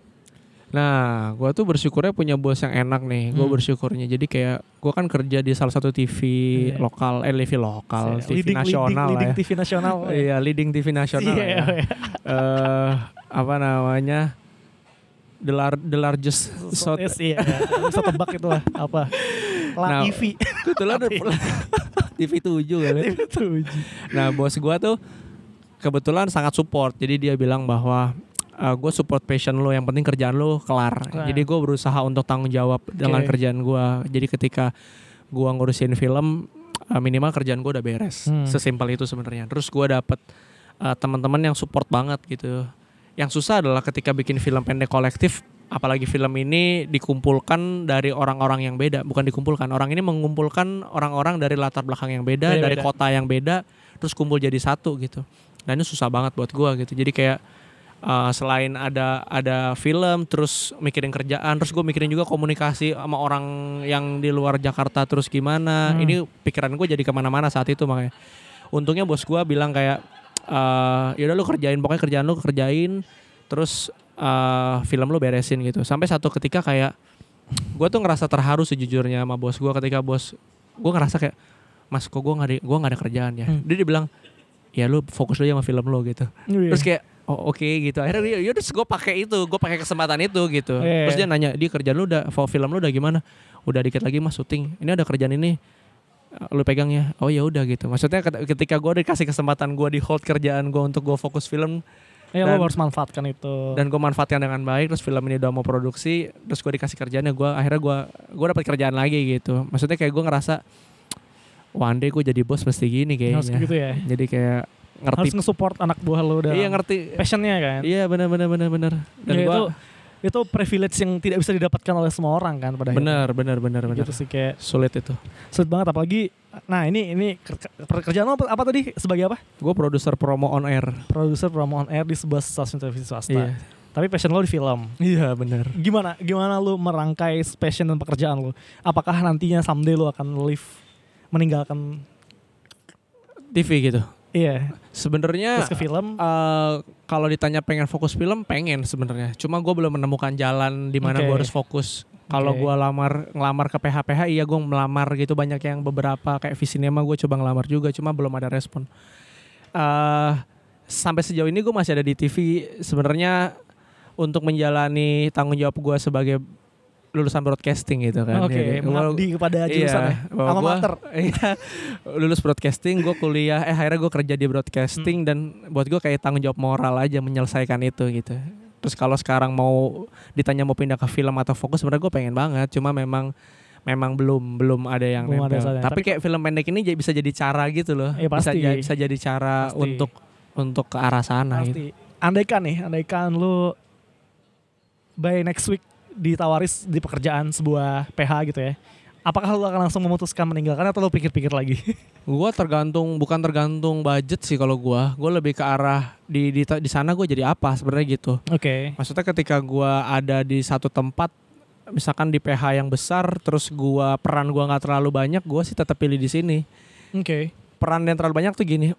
S3: Nah, gue tuh bersyukurnya punya bos yang enak nih. Gue
S2: Hmm.
S3: bersyukurnya. Jadi kayak gue kan kerja di salah satu T V
S2: Yeah.
S3: lokal, eh T V lokal, T V
S2: leading,
S3: nasional
S2: leading, leading
S3: lah ya.
S2: T V nasional.
S3: Iya, leading T V nasional.
S2: Iya,
S3: ya.
S2: iya.
S3: Eh, apa namanya? The, lar- the largest
S2: So,
S3: shot.
S2: yes, iya, bisa tebak itu lah apa? La
S3: Nah,
S2: T V.
S3: Kebetulan ada T V tujuh kan.
S2: T V tujuh.
S3: Nah, bos gue tuh kebetulan sangat support. Jadi dia bilang bahwa Uh, gue support passion lo, yang penting kerjaan lo kelar.
S2: Nah.
S3: Jadi gue berusaha untuk tanggung jawab dengan
S2: Okay.
S3: kerjaan gue. Jadi ketika gue ngurusin film, uh, minimal kerjaan gue udah beres.
S2: Hmm.
S3: Sesimpel itu sebenarnya. Terus gue dapet uh, teman-teman yang support banget gitu. Yang susah adalah ketika bikin film pendek kolektif, apalagi film ini dikumpulkan dari orang-orang yang beda. Bukan dikumpulkan, orang ini mengumpulkan orang-orang dari latar belakang yang beda,
S2: Beda-beda.
S3: dari kota yang beda, terus kumpul jadi satu gitu. Dan ini susah banget buat gue gitu. Jadi kayak Uh, selain ada ada film, terus mikirin kerjaan, terus gue mikirin juga komunikasi sama orang yang di luar Jakarta, terus gimana.
S2: Hmm.
S3: Ini pikiran gue jadi kemana-mana saat itu makanya. Untungnya bos gue bilang kayak, uh, yaudah lu kerjain, pokoknya kerjaan lu kerjain, terus uh, film lu beresin gitu. Sampai satu ketika kayak, gue tuh ngerasa terharu sejujurnya sama bos gue ketika bos, gue ngerasa kayak, mas kok gue nggak ada, gue nggak ada kerjaan ya.
S2: Hmm.
S3: Dia dibilang, ya lu fokus aja sama film lu gitu.
S2: Iya.
S3: Terus kayak oh oke okay, gitu. Akhirnya dia, yaudah gue pakai itu, gue pakai kesempatan itu gitu.
S2: Yeah.
S3: Terus dia nanya, di kerjaan lu udah, film lu udah gimana? Udah dikit lagi mas syuting. Ini ada kerjaan ini, lu pegang ya. Oh ya udah gitu. Maksudnya ketika gue dikasih kesempatan gue di hold kerjaan gue untuk gue fokus film,
S2: Ya
S3: dan,
S2: lo harus manfaatkan itu.
S3: dan gue manfaatkan dengan baik. Terus film ini udah mau produksi, terus gue dikasih kerjaannya, gue akhirnya gue gue dapat kerjaan lagi gitu. Maksudnya kayak gue ngerasa, one day gue jadi bos mesti gini kayaknya.
S2: Harus gitu ya.
S3: Jadi kayak ngerti,
S2: Harus nge-support anak buah lo dan
S3: iya ngerti
S2: passionnya kan.
S3: Iya benar benar benar benar. Dan
S2: Ya,
S3: gua
S2: itu itu privilege yang tidak bisa didapatkan oleh semua orang kan pada
S3: benar benar benar benar.
S2: gitu sih, kayak
S3: Sulit itu.
S2: sulit banget apalagi. Nah ini ini ker- pekerjaan lo apa, apa tadi sebagai apa?
S3: Gue produser promo on air.
S2: Produser promo on air di sebuah stasiun televisi swasta.
S3: Iya.
S2: Tapi passion lo di film.
S3: Iya benar.
S2: Gimana gimana lo merangkai passion dan pekerjaan lo? Apakah nantinya someday lo akan leave, meninggalkan
S3: T V gitu.
S2: iya
S3: Sebenarnya
S2: terus ke film?
S3: uh, kalau ditanya pengen fokus film, pengen sebenarnya. Cuma gue belum menemukan jalan di mana
S2: Oke.
S3: gue harus fokus. Kalau
S2: Oke.
S3: gue lamar ngelamar ke P H P H, iya gue melamar gitu, banyak yang beberapa kayak Visinema gue coba ngelamar juga, cuma belum ada respon. Uh, sampai sejauh ini gue masih ada di T V sebenarnya untuk menjalani tanggung jawab gue sebagai lulusan broadcasting gitu kan.
S2: Oke,
S3: Jadi,
S2: mengabdi kepada jurusan ya.
S3: bahwa
S2: Alma
S3: gua-
S2: mater.
S3: Iya, lulus broadcasting, gue kuliah, eh akhirnya gue kerja di broadcasting,
S2: Hmm.
S3: dan buat gue kayak tanggung jawab moral aja menyelesaikan itu gitu. Terus kalau sekarang mau ditanya mau pindah ke film atau fokus, sebenarnya gue pengen banget, cuma memang memang belum belum ada yang
S2: Belum ada
S3: nempel.
S2: saatnya.
S3: Tapi,
S2: Tapi-
S3: kayak film pendek ini j- bisa jadi cara gitu loh.
S2: Iya,
S3: bisa,
S2: pasti.
S3: ja- bisa jadi cara
S2: Pasti.
S3: untuk untuk ke arah sana gitu.
S2: Pasti. Andaikan nih, andaikan lu by next week ditawaris di pekerjaan sebuah P H gitu ya. Apakah lu akan langsung memutuskan meninggalkan atau lu pikir-pikir lagi?
S3: Gua tergantung, bukan tergantung budget sih kalau gua. Gua lebih ke arah di di di sana gua jadi apa sebenarnya gitu.
S2: Oke.
S3: Maksudnya ketika gua ada di satu tempat, misalkan di P H yang besar, terus gua peran gua nggak terlalu banyak, gua sih tetap pilih di sini.
S2: Oke.
S3: Peran yang terlalu banyak tuh gini.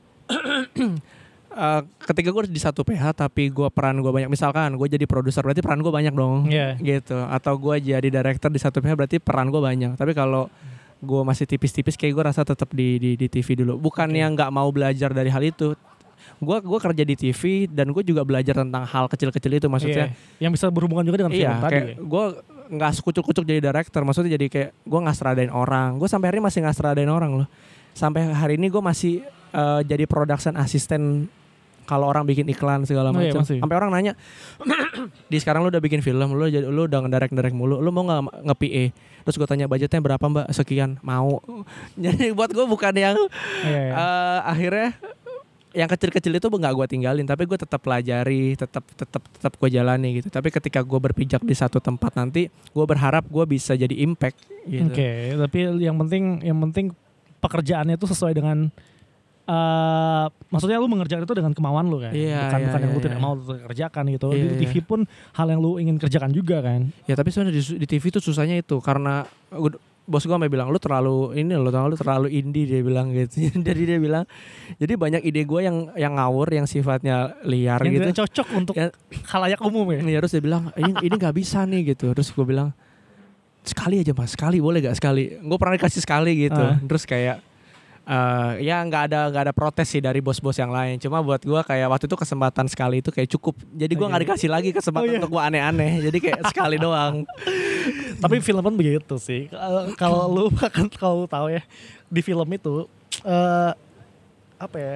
S3: Uh, ketika gue di satu P H tapi gue peran gue banyak, misalkan gue jadi produser berarti peran gue banyak dong,
S2: Iya.
S3: gitu. Atau gue jadi director di satu P H berarti peran gue banyak. Tapi kalau gue masih tipis-tipis, kayak gue rasa tetap di, di di T V dulu. Bukannya nggak mau belajar dari hal itu. Gue gue kerja di T V dan gue juga belajar tentang hal kecil-kecil itu, maksudnya.
S2: Iya. Yang bisa berhubungan juga dengan
S3: Iya,
S2: film tadi.
S3: kayak
S2: Ya?
S3: gue nggak sekucuk-kucuk jadi director, maksudnya jadi kayak gue ngasradain orang. Gue sampai hari ini masih ngasradain orang loh. Sampai hari ini gue masih uh, jadi production assistant kalau orang bikin iklan segala
S2: Oh, iya,
S3: macam.
S2: masih.
S3: Sampai orang nanya, di sekarang lu udah bikin film, lu jadi lu udah ngedirect-direct mulu, lu mau nggak nge-P A? Terus gue tanya budgetnya berapa mbak? Sekian. Mau. Jadi buat gue bukan yang
S2: Iya, iya.
S3: uh, akhirnya yang kecil-kecil itu nggak gue tinggalin, tapi gue tetap pelajari, tetap tetap tetap gue jalani gitu. Tapi ketika gue berpijak di satu tempat nanti, gue berharap gue bisa jadi impact gitu.
S2: Oke, tapi yang penting yang penting pekerjaannya itu sesuai dengan uh, maksudnya lu mengerjakan itu dengan kemauan lu kan,
S3: Iya,
S2: bukan
S3: iya,
S2: bukan yang
S3: iya,
S2: lu tidak
S3: iya.
S2: mau kerjakan gitu.
S3: Iya,
S2: Di T V
S3: iya.
S2: pun hal yang lu ingin kerjakan juga kan.
S3: Ya tapi sebenarnya di, di T V tuh susahnya itu karena gua- bos gue sampai bilang lu terlalu ini lo lu terlalu indie, dia bilang gitu. Jadi dia bilang jadi banyak ide gue yang yang ngawur, yang sifatnya liar
S2: Yang
S3: gitu.
S2: tidak cocok untuk
S3: Ya.
S2: khalayak umum ya.
S3: Ya terus dia bilang ini ini nggak bisa nih gitu. Terus gue bilang sekali aja mas, sekali boleh gak sekali? Gue pernah dikasih sekali gitu.
S2: Ah.
S3: Terus kayak eh ya nggak ada nggak ada protes sih dari bos-bos yang lain. Cuma buat gue kayak waktu itu kesempatan sekali itu kayak cukup. Jadi gue nggak
S2: Oke.
S3: dikasih lagi kesempatan
S2: Oh, iya.
S3: untuk gue aneh-aneh. Jadi kayak sekali doang.
S2: Tapi film pun begitu sih. Kalau- Kalau lu kan kalau lu tahu ya di film itu eh apa ya?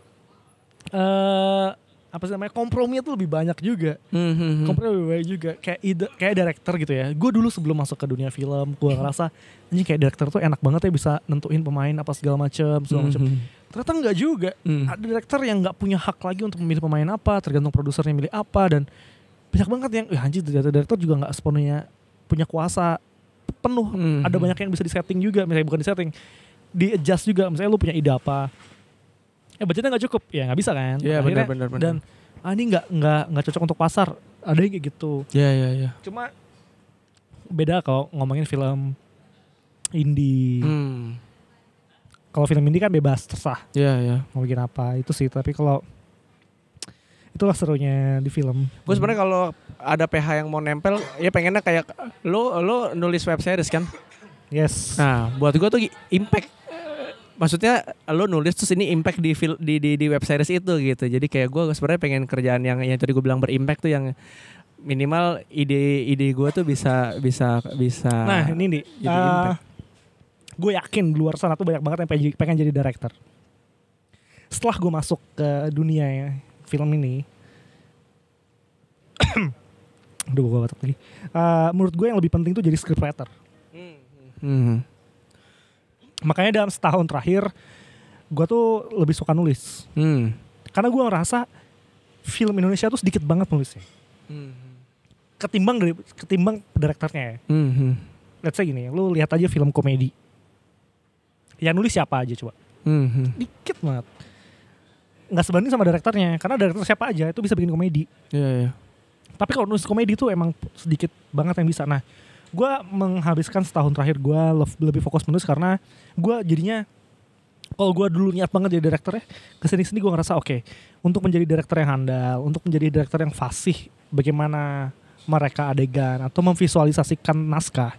S2: Eh apa sih namanya? Kompromi itu lebih banyak juga.
S3: Hmm.
S2: Kompromi lebih banyak juga. Kayak ide, kayak director gitu ya. Gue dulu sebelum masuk ke dunia film, gue ngerasa anjing kayak director tuh enak banget ya bisa nentuin pemain apa segala macam, segala macam.
S3: Mhm.
S2: Ternyata enggak juga.
S3: Hmm.
S2: Ada director yang nggak punya hak lagi untuk memilih pemain apa, tergantung produsernya milih apa, dan banyak banget yang, ya anjir ternyata director juga nggak sepenuhnya punya kuasa penuh.
S3: Mhm.
S2: Ada banyak yang bisa disetting juga, misalnya bukan disetting, di adjust juga. Misalnya lu punya ide apa, eh budgetnya nggak cukup, ya nggak bisa kan.
S3: Iya,
S2: Akhirnya-
S3: benar, benar, benar.
S2: Dan ah ini nggak nggak nggak cocok untuk pasar. Ada yang kayak gitu.
S3: Ya ya ya.
S2: Cuma beda kalau ngomongin film indie.
S3: Hmm.
S2: Kalau film indie kan bebas, terserah
S3: Ya ya.
S2: mau bikin apa itu sih. Tapi kalau itulah serunya di film.
S3: Gue sebenarnya kalau ada P H yang mau nempel, ya pengennya kayak lo lo nulis web series kan.
S2: Yes.
S3: Nah, buat gue tuh impact, maksudnya lo nulis terus ini impact di fil- di di, di web series itu gitu. Jadi kayak gue sebenarnya pengen kerjaan yang yang tadi gue bilang berimpact tuh yang minimal ide-ide gue tuh bisa bisa bisa.
S2: Nah ini nih,
S3: jadi impact.
S2: gue yakin di luar sana tuh banyak banget yang pengen, pengen jadi director. Setelah gue masuk ke dunia ya, film ini, aduh gue batuk lagi. Eh, menurut gue yang lebih penting tuh jadi scriptwriter.
S3: Hmm.
S2: Makanya dalam setahun terakhir, gue tuh lebih suka nulis.
S3: Hmm.
S2: Karena gue ngerasa film Indonesia tuh sedikit banget nulisnya.
S3: Hmm.
S2: Ketimbang dari ketimbang direkturnya ya.
S3: Hmm.
S2: Let's say gini, lu lihat aja film komedi. Yang nulis siapa aja coba?
S3: Hmm.
S2: Dikit banget. Nggak sebanding sama direkturnya, karena direktur siapa aja itu bisa bikin komedi.
S3: Ya ya.
S2: Tapi kalau nulis komedi tuh emang sedikit banget yang bisa. Nah, gue menghabiskan setahun terakhir gue lebih fokus menulis karena gue jadinya, kalau gue dulu niat banget jadi direktur ya, kesini-sini gue ngerasa oke, okay, untuk menjadi direktur yang handal, untuk menjadi direktur yang fasih, bagaimana mereka adegan atau memvisualisasikan naskah,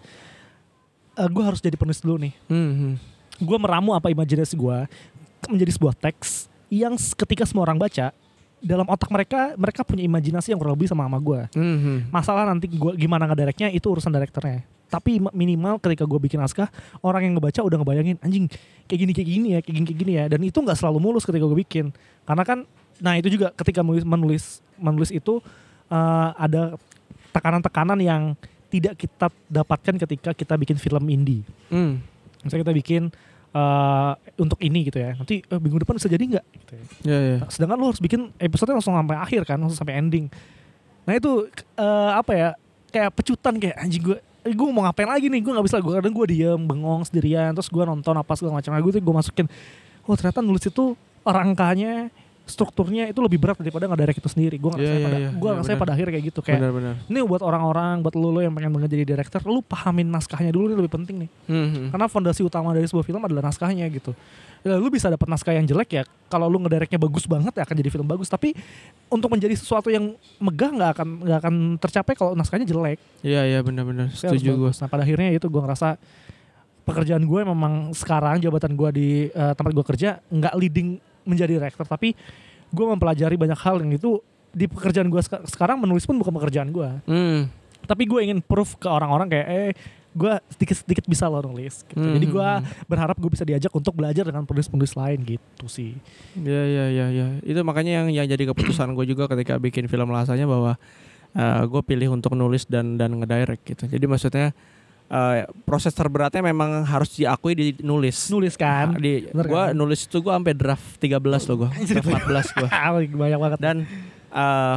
S2: uh, gue harus jadi penulis dulu nih.
S3: Hmm.
S2: Gue meramu apa imajinasi gue menjadi sebuah teks yang ketika semua orang baca, dalam otak mereka mereka punya imajinasi yang kurang lebih sama sama gue.
S3: Hmm.
S2: Masalah nanti gue gimana ngedirectnya itu urusan direkturnya. Tapi minimal ketika gue bikin naskah, orang yang ngebaca udah ngebayangin anjing kayak gini kayak gini ya, kayak gini kayak gini ya. Dan itu nggak selalu mulus ketika gue bikin. Karena kan, nah itu juga ketika menulis menulis, menulis itu uh, ada tekanan-tekanan yang tidak kita dapatkan ketika kita bikin film indie.
S3: Hmm.
S2: Misalnya kita bikin uh, untuk ini gitu ya. Nanti eh, minggu depan bisa jadi nggak? Gitu ya.
S3: Ya ya.
S2: Nah, sedangkan lo harus bikin episode langsung sampai akhir kan, langsung sampai ending. Nah itu eh, apa ya, kayak pecutan, kayak anjing gue, eh, gue mau ngapain lagi nih, gue nggak bisa, gue kadang gue diem bengong sendirian, terus gue nonton apa segala macam, gue tuh gue masukin, oh ternyata nulis itu rangkanya, strukturnya itu lebih berat daripada ngedirect itu sendiri. Gue ngerasa
S3: Iya, iya,
S2: pada,
S3: iya,
S2: gue
S3: iya,
S2: ngerasa
S3: benar.
S2: pada akhirnya kayak gitu, kayak
S3: Benar-benar.
S2: ini buat orang-orang, buat lo, lo yang pengen banget jadi director, lu pahamin naskahnya dulu, ini lebih penting nih.
S3: Hmm.
S2: Karena fondasi utama dari sebuah film adalah naskahnya gitu. Ya, lu bisa dapat naskah yang jelek ya, kalau lu ngedirectnya bagus banget ya akan jadi film bagus. Tapi untuk menjadi sesuatu yang megah nggak akan nggak akan tercapai kalau naskahnya jelek.
S3: Iya iya benar-benar.
S2: Saya harus
S3: Setuju gue.
S2: bagus. Nah pada akhirnya itu gue ngerasa pekerjaan gue memang sekarang, jabatan gue di uh, tempat gue kerja nggak leading menjadi director, tapi gue mempelajari banyak hal yang itu di pekerjaan gue sek- sekarang. Menulis pun bukan pekerjaan gue,
S3: Hmm.
S2: tapi gue ingin proof ke orang-orang kayak eh gue sedikit-sedikit bisa loh nulis gitu.
S3: Hmm.
S2: Jadi gue berharap gue bisa diajak untuk belajar dengan penulis-penulis lain gitu sih.
S3: Ya ya ya ya. Itu makanya yang yang jadi keputusan gue juga ketika bikin film Lasanya bahwa uh, gue pilih untuk nulis dan dan ngedirect gitu. Jadi maksudnya uh, proses terberatnya memang harus diakui di nulis.
S2: Nulis kan?
S3: Di
S2: Bener
S3: gue
S2: kan?
S3: nulis itu gue sampai draft tiga belas loh gue. Draft empat belas gue.
S2: Banyak banget.
S3: Dan uh,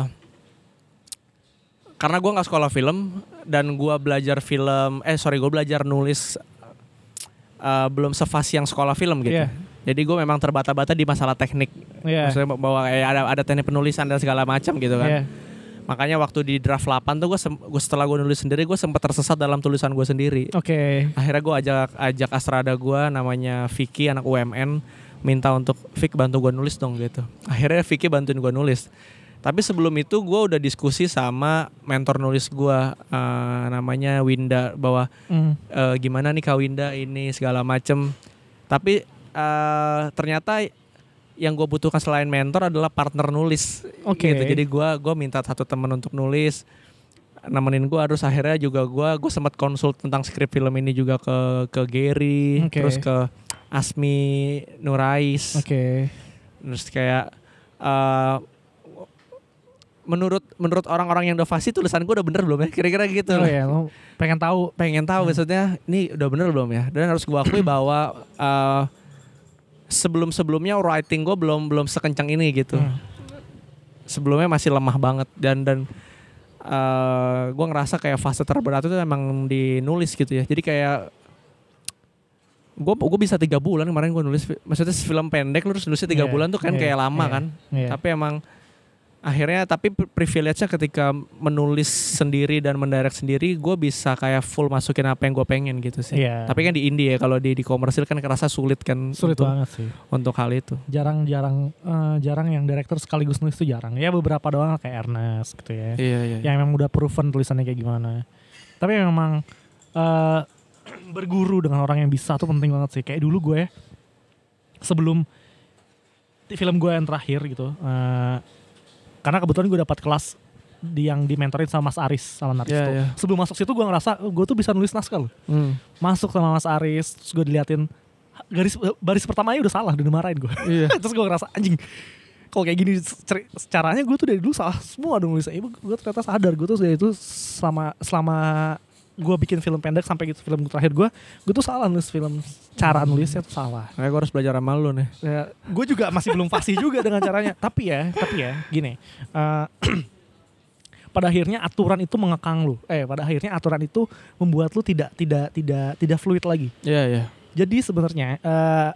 S3: karena gue nggak sekolah film dan gue belajar film, eh sorry gue belajar nulis uh, belum sefasih yang sekolah film gitu.
S2: Iya.
S3: Jadi gue memang terbata-bata di masalah teknik.
S2: Yeah.
S3: Maksudnya bahwa eh, ada ada teknik penulisan dan segala macam gitu kan.
S2: Yeah.
S3: Makanya waktu di draft delapan tuh gue sem- setelah gue nulis sendiri gue sempat tersesat dalam tulisan gue sendiri.
S2: Oke. Okay.
S3: Akhirnya gue ajak ajak astrada gue namanya Vicky anak U M N, minta untuk Vick bantu gue nulis dong gitu. Akhirnya Vicky bantuin gue nulis. Tapi sebelum itu gue udah diskusi sama mentor nulis gue uh, namanya Winda bahwa mm. uh, gimana nih Kak Winda ini segala macem. Tapi uh, ternyata yang gue butuhkan selain mentor adalah partner nulis.
S2: Oke.
S3: Okay. Gitu. Jadi gue gue minta satu teman untuk nulis, nemenin gue. Terus akhirnya juga gue gue sempat konsul tentang skrip film ini juga ke ke Gary, okay. Terus ke Asmi Nurais.
S2: Oke. Okay.
S3: Terus kayak uh, menurut menurut orang-orang yang udah fasih tulisan gue udah bener belum ya? Kira-kira gitu.
S2: Oh ya, lo pengen tahu,
S3: pengen tahu hmm. maksudnya ini udah bener belum ya? Dan harus gue akui bahwa uh, sebelum-sebelumnya writing gue belum belum sekencang ini gitu. Hmm. Sebelumnya masih lemah banget dan dan uh, gue ngerasa kayak fase terberat itu emang di nulis gitu ya. Jadi kayak gue gue bisa tiga bulan kemarin gue nulis. Maksudnya film pendek lu terus nulisnya tiga yeah, bulan tuh kan yeah, kayak lama yeah, kan. Yeah. Tapi emang akhirnya tapi privilege-nya ketika menulis sendiri dan mendirect sendiri gue bisa kayak full masukin apa yang gue pengen gitu sih. Yeah. Tapi kan di indie ya, kalau di di komersil kan kerasa sulit kan.
S2: Sulit
S3: untuk,
S2: banget sih
S3: untuk hal itu.
S2: Jarang-jarang uh, jarang yang director sekaligus nulis tuh jarang. Ya beberapa doang kayak Ernest gitu ya.
S3: Iya, iya.
S2: Yang memang udah proven tulisannya kayak gimana. Tapi memang uh, berguru dengan orang yang bisa tuh penting banget sih. Kayak dulu gue sebelum di film gue yang terakhir gitu. Uh, Karena kebetulan gue dapat kelas di yang dimentorin sama Mas Aris sama Naris yeah, tuh. Yeah. Sebelum masuk situ gue ngerasa oh, gue tuh bisa nulis naskah loh. Hmm. Masuk sama Mas Aris, terus gue diliatin garis baris pertamanya udah salah, udah dimarahin gue. Yeah. Terus gue ngerasa anjing, kalau kayak gini caranya gue tuh dari dulu salah semua dong nulisnya. Ibu gue ternyata sadar gue tuh dari itu selama selama gue bikin film pendek sampai gitu film terakhir gue, gue tuh salah nulis film, cara nulisnya tuh salah.
S3: Kayak gue harus belajar sama lu nih.
S2: Ya, gue juga masih belum fasih juga dengan caranya. Tapi ya, tapi ya, gini. Uh, pada akhirnya aturan itu mengekang lu. Eh, pada akhirnya aturan itu membuat lu tidak tidak tidak tidak fluid lagi.
S3: Iya yeah, iya. Yeah.
S2: Jadi sebenarnya uh,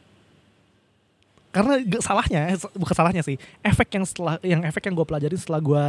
S2: karena salahnya, bukan salahnya sih, efek yang setelah yang efek yang gue pelajari setelah gue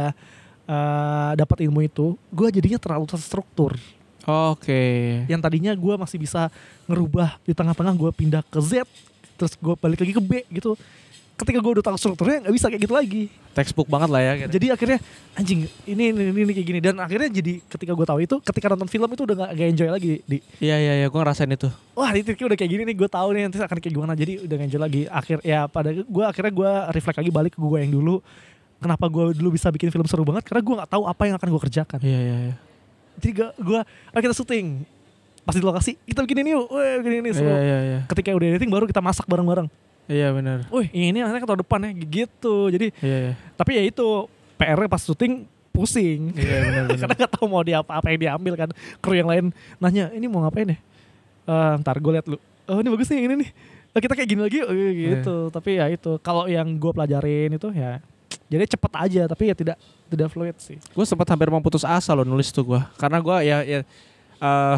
S2: uh, dapat ilmu itu, gue jadinya terlalu terstruktur.
S3: Oke. Okay.
S2: Yang tadinya gue masih bisa ngerubah di tengah-tengah gue pindah ke Z, terus gue balik lagi ke B gitu. Ketika gue udah tahu strukturnya nggak bisa kayak gitu lagi.
S3: Textbook banget lah ya. Gitu.
S2: Jadi akhirnya anjing ini ini, ini ini kayak gini dan akhirnya jadi ketika gue tahu itu, ketika nonton film itu udah nggak enjoy lagi. Di
S3: iya iya iya, gue ngerasain itu.
S2: Wah ini udah kayak gini nih, gue tahu nih nanti akan kayak gimana. Jadi udah nggak enjoy lagi. Akhir ya pada gue akhirnya gue reflect lagi balik ke gue yang dulu. Kenapa gue dulu bisa bikin film seru banget? Karena gue nggak tahu apa yang akan gue kerjakan.
S3: Iya iya iya.
S2: Jadi gue, gue oh kita syuting pas di lokasi kita bikin ini yuk, weh bikin ini seru.
S3: Iya, iya, iya.
S2: Ketika udah editing baru kita masak bareng-bareng.
S3: Iya benar.
S2: Wih ini nanti ke tahun depan ya gitu. Jadi
S3: iya, iya.
S2: Tapi ya itu P R-nya pas syuting pusing.
S3: Iya benar.
S2: Karena nggak tahu mau dia apa apa yang diambil kan. Kru yang lain nanya ini mau ngapain ya? Uh, ntar gue liat lu. Oh ini bagus nih yang ini nih. Oh, kita kayak gini lagi oh, gitu. Iya. Tapi ya itu kalau yang gue pelajarin itu ya. Jadi cepet aja tapi ya tidak tidak fluid sih.
S3: Gue sempat hampir mau putus asa loh nulis tuh gue. Karena gue ya, ya uh,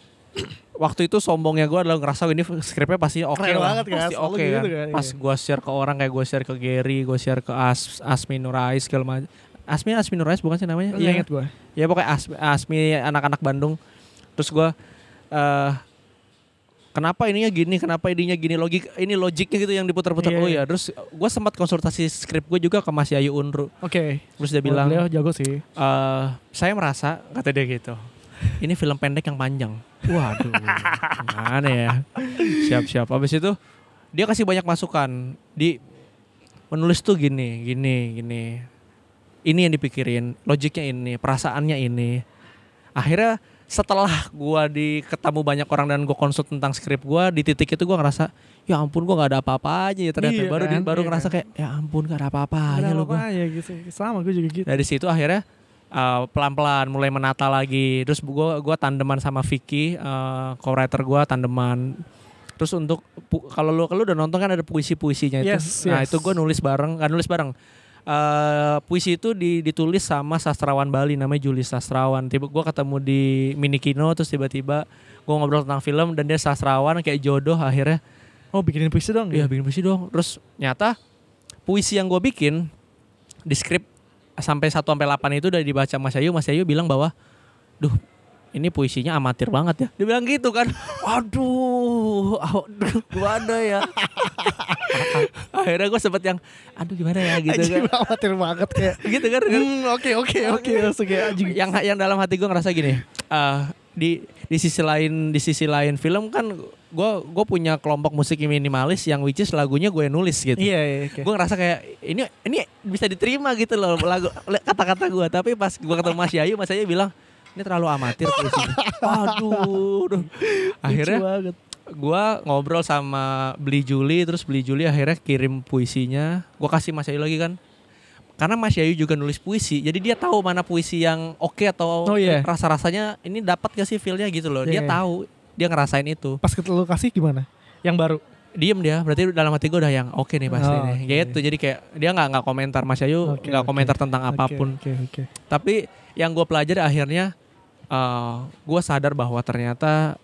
S3: waktu itu sombongnya gue adalah ngerasa ini skripnya pasti oke okay lah. Pasti oke okay, kan. Gitu kan. Pas iya. Gue share ke orang kayak gue share ke Gary, gue share ke As, Asmi Nurais segala macam. Asmi Asmi Nurais bukan sih namanya?
S2: Iya inget gue.
S3: Ya pokoknya Asmi, Asmi anak-anak Bandung. Terus gue uh, kenapa ininya gini, kenapa ininya gini, logik ini logiknya gitu yang diputar-putar. Yeah. Oh ya, terus gue sempat konsultasi skrip gue juga ke Mas Yayu Unru.
S2: Oke. Okay.
S3: Terus dia bilang,
S2: beliau jago sih.
S3: Uh, saya merasa, kata dia gitu, ini film pendek yang panjang. Waduh, gimana ya? Siap-siap. Abis itu dia kasih banyak masukan. Di menulis tuh gini, gini, gini. Ini yang dipikirin, logiknya ini, perasaannya ini. Akhirnya setelah gue di ketemu banyak orang dan gue konsult tentang skrip gue, di titik itu gue ngerasa ya ampun gue nggak ada apa-apa aja ya ternyata. Iya, baru kan? di, baru iya, ngerasa kayak ya ampun gak ada apa-apa aja loh gue.
S2: Gitu. Sama gue juga gitu.
S3: Dari situ akhirnya uh, pelan-pelan mulai menata lagi. Terus gue gue tandeman sama Vicky, uh, co-writer gue tandeman. Terus untuk kalau lu kalau udah nonton kan ada puisi-puisinya itu.
S2: Yes,
S3: nah
S2: yes.
S3: itu gue nulis bareng, nggak nulis bareng. Uh, puisi itu ditulis sama sastrawan Bali namanya Julius Sastrawan. Tiba gue ketemu di Mini Kino terus tiba-tiba gue ngobrol tentang film dan dia sastrawan kayak jodoh akhirnya
S4: Oh bikinin puisi dong?
S3: Iya bikin puisi dong. Terus nyata puisi yang gue bikin di skrip sampai satu sampai delapan itu udah dibaca Mas Ayu. Mas Ayu bilang bahwa, duh ini puisinya amatir banget ya. Dia bilang gitu kan. Waduh, aduh gimana ya. Akhirnya gue sempet yang, aduh gimana ya gitu kan.
S4: Amatir banget kayak.
S3: Gitu kan.
S4: Oke oke oke.
S3: Yang yang dalam hati gue ngerasa gini. Uh, di di sisi lain di sisi lain film kan gue gue punya kelompok musik minimalis yang which is lagunya gue nulis gitu.
S4: Iya iya. Okay.
S3: Gue ngerasa kayak ini ini bisa diterima gitu loh lagu kata-kata gue. Tapi pas gue ketemu Mas Yayu, Mas Yayu bilang ini terlalu amatir puisinya. Aduh. Akhirnya gue ngobrol sama Beli Juli, terus Beli Juli akhirnya kirim puisinya. Gue kasih Mas Yayu lagi kan. Karena Mas Yayu juga nulis puisi, jadi dia tahu mana puisi yang oke okay atau
S4: oh, yeah.
S3: rasa-rasanya ini dapat gak sih feel-nya gitu loh. Dia yeah. tahu, dia ngerasain itu.
S4: Pas ke lokasi gimana? Yang baru?
S3: Diem dia, berarti dalam hati gue udah yang oke okay nih pasti oh, nih. Okay. Gitu, jadi kayak dia nggak nggak komentar Mas Yayu, nggak okay, komentar okay. tentang okay, apapun. Okay, okay. Tapi yang gue pelajari akhirnya, uh, gue sadar bahwa ternyata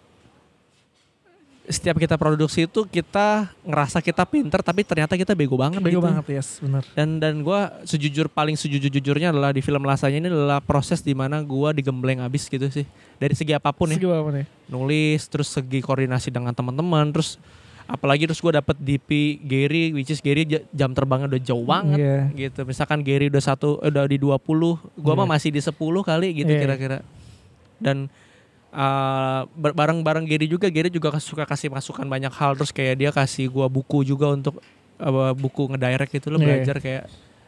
S3: setiap kita produksi itu kita ngerasa kita pinter tapi ternyata kita bego banget.
S4: Bego
S3: gitu.
S4: banget, yes, benar.
S3: Dan dan gue sejujur paling sejujur-jujurnya adalah di film Lasanya ini adalah proses di mana gue digembleng abis gitu sih. Dari segi apapun ya.
S4: Segi apapun ya.
S3: Nulis, terus segi koordinasi dengan teman-teman, terus apalagi terus gue dapet D P Gary, which is Gary jam terbangnya udah jauh banget yeah. gitu. Misalkan Gary udah satu, udah di dua puluh, gue yeah. mah masih di sepuluh kali gitu yeah. kira-kira. Dan Uh, bareng-bareng Gary juga, Gary juga suka kasih masukan banyak hal. Terus kayak dia kasih gua buku juga untuk uh, buku ngedirect gitu loh, yeah. belajar kayak.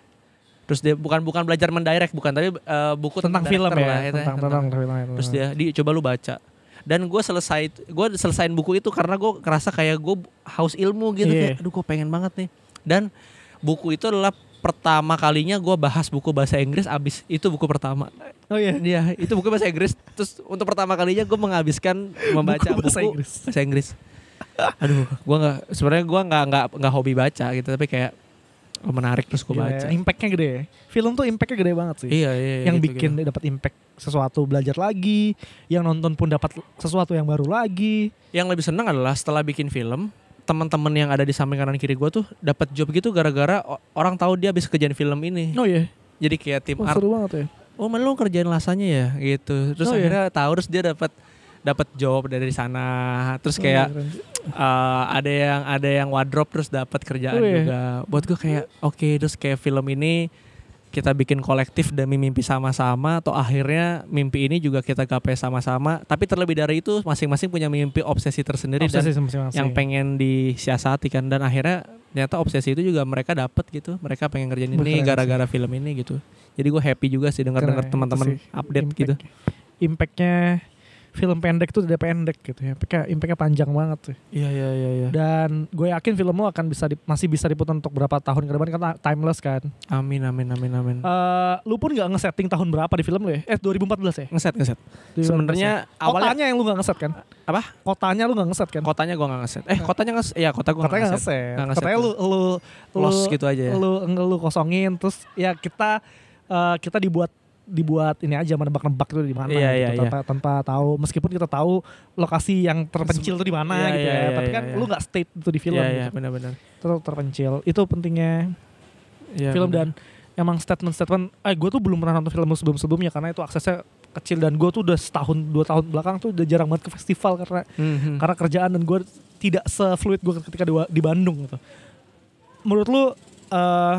S3: Terus dia bukan bukan belajar mendirect bukan, tapi uh, buku
S4: tentang, tentang film ya,
S3: lah,
S4: tentang, tentang, tentang film.
S3: Terus dia, di coba lu baca. Dan gue selesai, gue selesaiin buku itu karena gue ngerasa kayak gue haus ilmu gitu, yeah. kayak, aduh gue pengen banget nih. Dan buku itu adalah pertama kalinya gue bahas buku bahasa Inggris abis itu buku pertama.
S4: Oh iya.
S3: Iya, itu buku bahasa Inggris. Terus untuk pertama kalinya gue menghabiskan membaca buku bahasa buku Inggris. Bahasa Inggris. Aduh, gue nggak, sebenarnya gue nggak nggak nggak hobi baca gitu, tapi kayak menarik terus gue baca.
S4: Impactnya gede. Film tuh impactnya gede banget sih.
S3: Iya iya.
S4: Yang
S3: gitu,
S4: bikin
S3: gitu.
S4: dapat impact sesuatu, belajar lagi. Yang nonton pun dapat sesuatu yang baru lagi.
S3: Yang lebih senang adalah setelah bikin film, teman-teman yang ada di samping kanan kiri gue tuh dapat job gitu gara-gara orang tahu dia habis kerjaan film ini.
S4: Oh iya.
S3: Jadi kayak tim
S4: oh,
S3: art.
S4: Seru banget ya.
S3: Oh, man, lu kerjain Lasanya ya gitu. Terus oh, akhirnya iya. tahu, terus dia dapat dapat job dari sana. Terus kayak oh, uh, ada yang ada yang wardrobe terus dapat kerjaan oh, iya. juga. Buat gue kayak oke, okay, terus kayak film ini kita bikin kolektif demi mimpi sama-sama, atau akhirnya mimpi ini juga kita gapai sama-sama. Tapi terlebih dari itu masing-masing punya mimpi obsesi tersendiri obsesi dan masing-masing. Yang pengen disiasati kan. Dan akhirnya ternyata obsesi itu juga mereka dapat gitu. Mereka pengen ngerjain ini gara-gara film ini gitu. Jadi gue happy juga sih dengar-dengar teman-teman update impact, gitu.
S4: Impactnya film pendek tuh udah pendek gitu ya. Impactnya, impactnya panjang banget tuh.
S3: Iya iya iya. iya.
S4: Dan gue yakin film lo akan bisa di, masih bisa diputar untuk berapa tahun ke depan karena timeless kan.
S3: Amin amin amin amin.
S4: Uh, lu pun nggak ngesetting tahun berapa di film lo ya? Eh dua ribu empat belas ya?
S3: Ngeset ngeset. Sebenarnya
S4: awalnya kotanya yang lu nggak ngeset kan?
S3: Apa?
S4: Kotanya lu nggak ngeset kan?
S3: Kotanya gue nggak ngeset. Eh kotanya nges, ya kota gue nggak ngeset.
S4: ngeset. Ngeset. Kotanya lu lu
S3: los gitu aja ya.
S4: Lu lu kosongin terus ya kita uh, kita dibuat dibuat ini aja menebak-nebak itu di mana
S3: iya,
S4: gitu,
S3: iya,
S4: tanpa
S3: iya.
S4: tanpa tahu, meskipun kita tahu lokasi yang terpencil itu di mana
S3: iya,
S4: gitu
S3: iya,
S4: ya
S3: iya,
S4: tapi
S3: iya,
S4: kan
S3: iya.
S4: lu nggak state itu di film
S3: iya,
S4: gitu.
S3: Iya, benar-benar.
S4: Terus terpencil itu pentingnya iya, film bener. Dan emang statement-statement eh gue tuh belum pernah nonton film sebelum-sebelumnya karena itu aksesnya kecil dan gue tuh udah setahun dua tahun belakang tuh udah jarang banget ke festival karena mm-hmm. karena kerjaan dan gue tidak se-fluid gue ketika di, di Bandung gitu. Menurut lu uh,